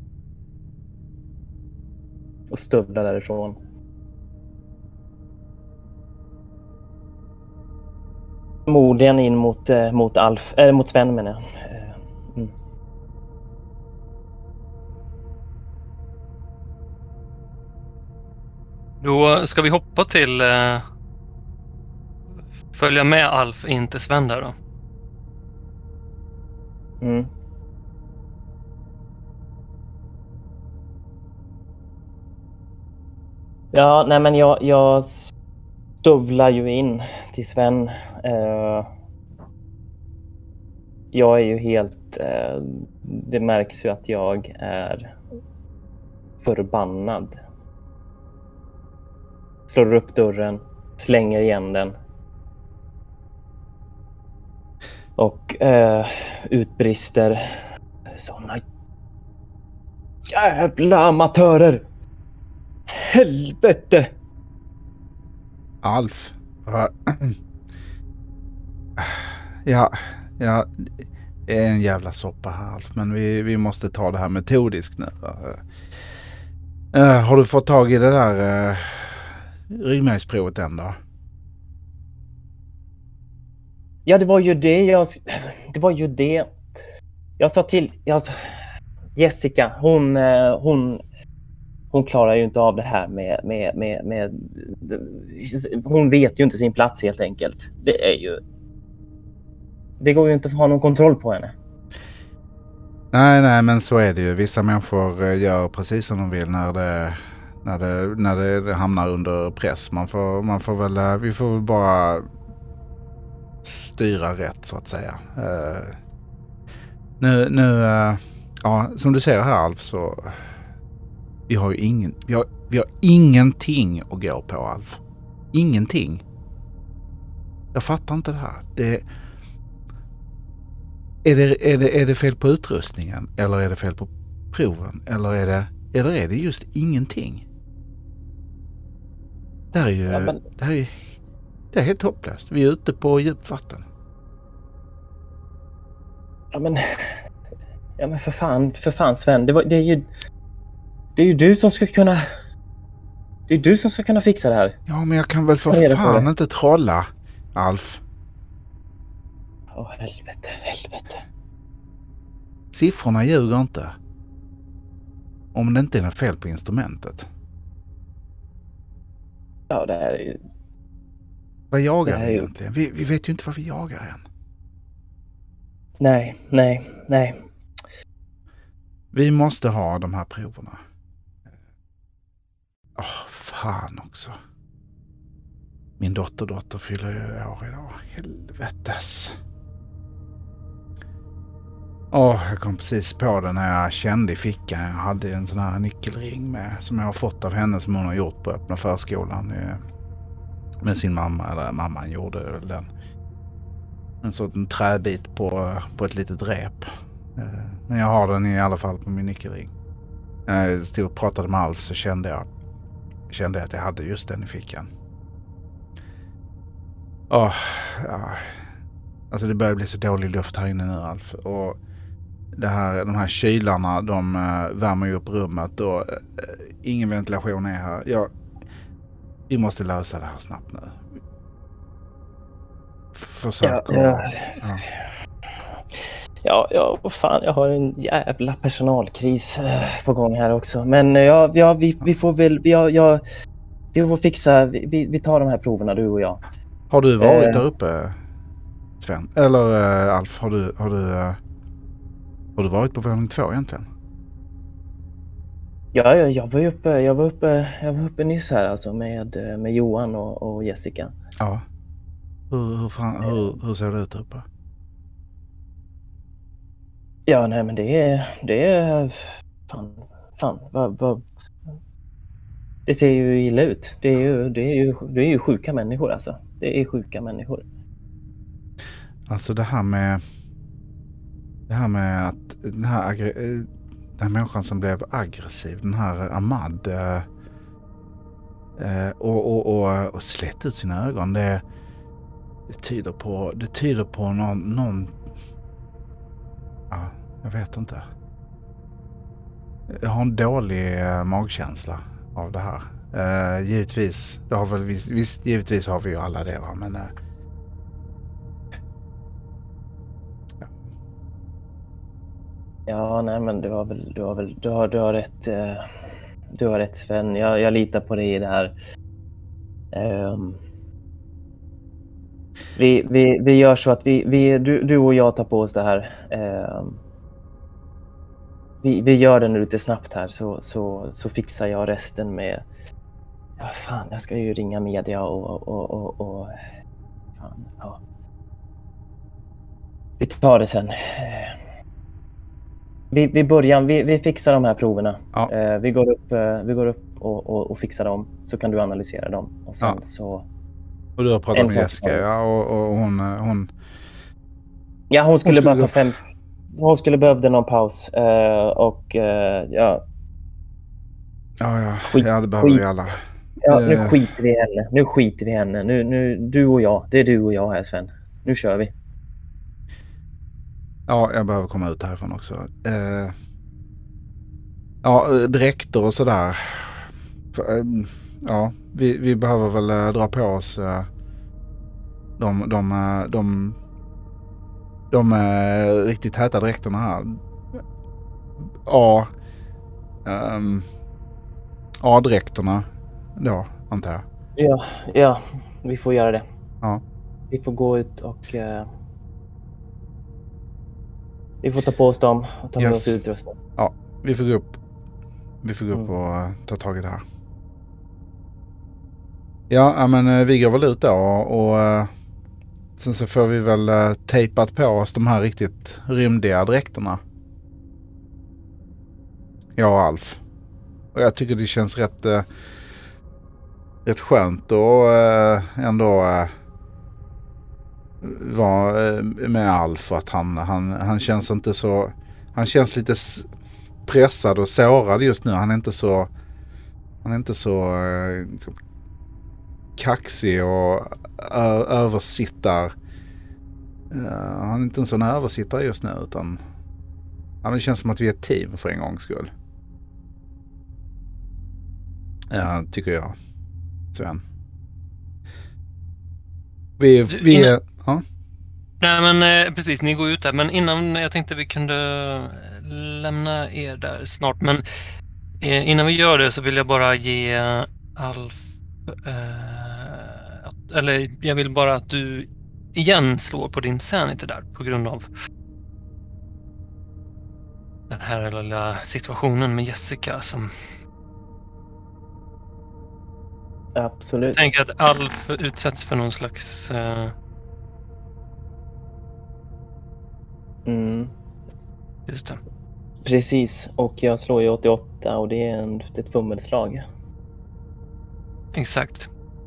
Och stövla därifrån. Förmodligen in mot Alf, mot Sven menar jag. Då ska vi hoppa till följa med Alf in till Sven där då. Ja, nej men jag stövlar ju in till Sven. Jag är ju helt... det märks ju att jag är förbannad. Slår upp dörren, slänger igen den. Och utbrister. Såna jävla amatörer! Helvete! Alf. Ja, det är en jävla soppa här, Alf. Men vi måste ta det här metodiskt nu. Har du fått tag i det där ryggmärgsprovet än då? Ja, det var ju det. Jag sa till... Jessica, hon klarar ju inte av det här med hon vet ju inte sin plats helt enkelt. Det går ju inte att ha någon kontroll på henne. Nej, men så är det ju. Vissa människor gör precis som de vill när det hamnar under press. Man får väl, vi får väl bara styra rätt så att säga. Ja, som du säger här Alf, så vi har ingenting att gå på, Alf. Ingenting. Jag fattar inte det här. Är det fel på utrustningen eller är det fel på proven eller är det just ingenting? Det är helt hopplöst. Vi är ute på djupt vatten. Ja men för fan Sven, det är ju du som ska kunna... Det är du som ska kunna fixa det här. Ja, men jag kan väl för fan inte trolla, Alf. Helvete. Siffrorna ljuger inte. Om det inte är något fel på instrumentet. Ja, det här är ju... Vad jagar vi egentligen? Vi vet ju inte vad vi jagar än. Nej. Vi måste ha de här proverna. Fan också. Min dotter fyller ju år idag. Helvetes. Jag kom precis på det när jag kände i fickan. Jag hade en sån här nyckelring med som jag har fått av henne som hon har gjort på öppna förskolan med sin mamma. Eller mamman gjorde väl den. En sån träbit på ett litet rep. Men jag har den i alla fall på min nyckelring. När jag stod och pratade med Alf så kände jag att jag hade just den i fickan. Ja. Alltså det börjar bli så dålig luft här inne nu, Alf. Och de här kylarna, de värmer ju upp rummet och ingen ventilation är här. Vi måste lösa det här snabbt nu. Försök. Ja, vad fan, jag har en jävla personalkris på gång här också. Men vi får väl, vi får fixa, vi tar de här proverna, du och jag. Har du varit där uppe, Sven? Eller Alf, har du varit på våning 2 egentligen? Ja, jag var uppe nyss här alltså med Johan och Jessica. Ja. Hur ser det ut uppe? Ja, nej men det är fan vad det ser ju illa ut. Det är ju sjuka människor alltså. Det är sjuka människor. Alltså det här med att den här människan som blev aggressiv, den här Ahmad och slätt ut sina ögon, det tyder på någon jag vet inte. Jag har en dålig magkänsla av det här. Givetvis, givetvis har vi ju alla det, va? Men ja, nej men du har rätt. Du har rätt, Sven. Jag litar på dig i det här. Vi gör så att du och jag tar på oss det här. Vi gör det nu lite snabbt här så fixar jag resten med... Ja, fan, jag ska ju ringa media och fan, ja. Vi tar det sen. Vi fixar de här proverna. Ja. Vi går upp och fixar dem, så kan du analysera dem. Och sen så... Och du har pratat med Jessica, och hon... Ja, hon skulle bara ta 5... Hon skulle behövde någon paus. Ja, det behöver vi alla. Ja, nu skiter vi i henne. Nu du och jag. Det är du och jag här, Sven. Nu kör vi. Ja, jag behöver komma ut härifrån också. Dräkter och sådär. Ja, vi behöver väl dra på oss de riktigt täta dräkterna här. A-dräkterna då, antar jag. Ja, vi får göra det. Ja. Vi får gå ut och vi får ta på oss dem och ta med oss utrustning. Ja, vi får gå upp och ta tag i det här. Ja, men vi går väl ut då och sen så får vi väl tejpat på oss de här riktigt rymdiga dräkterna. Jag och Alf. Och jag tycker det känns rätt skönt och ändå vara med Alf, att han känns inte så... Han känns lite pressad och sårad just nu. Han är inte så kaxig och översittar. Han är inte en sån översittare just nu, utan det känns som att vi är ett team för en gångs skull. Ja, tycker jag. Sven. Vi ja. Nej men precis, ni går ut där. Men innan, jag tänkte vi kunde lämna er där snart. Men innan vi gör det så vill jag bara ge Alf... eller jag vill bara att du igen slår på din sanity där på grund av den här lilla situationen med Jessica som... Absolut. Jag tänker att Alf utsätts för någon slags... Just det. Precis, och jag slår ju 88 och det är ett fummelslag. Exakt.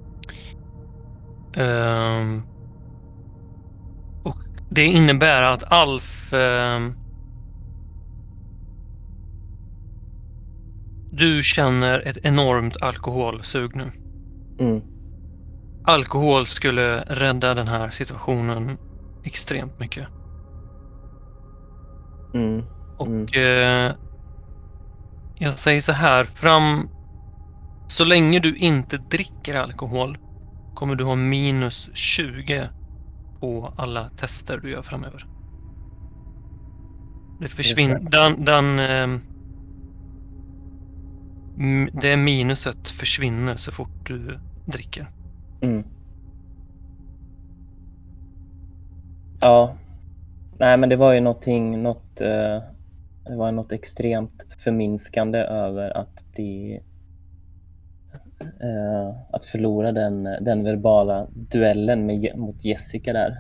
Och det innebär att Alf... du känner ett enormt alkoholsug nu. Alkohol skulle rädda den här situationen extremt mycket. Och jag säger så här, så länge du inte dricker alkohol kommer du ha minus 20 på alla tester du gör framöver. Det försvinner. Det minuset försvinner så fort du dricker. Ja. Nej, men det var ju det var något extremt förminskande över att bli att förlora den verbala duellen mot Jessica där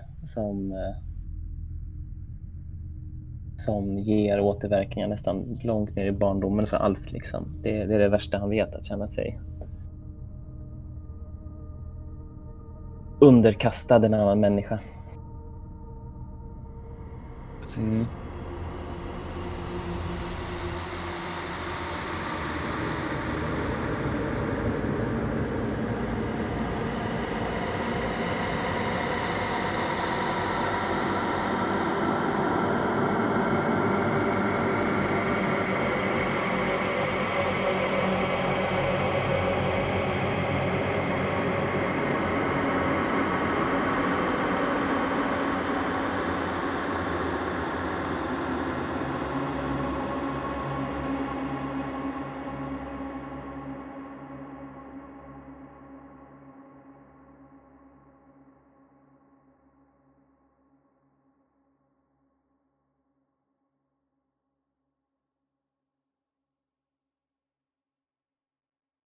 som ger återverkningar nästan långt ner i barndomen för Alf liksom. Det är det värsta han vet, att känna sig underkastad en annan människa. Precis.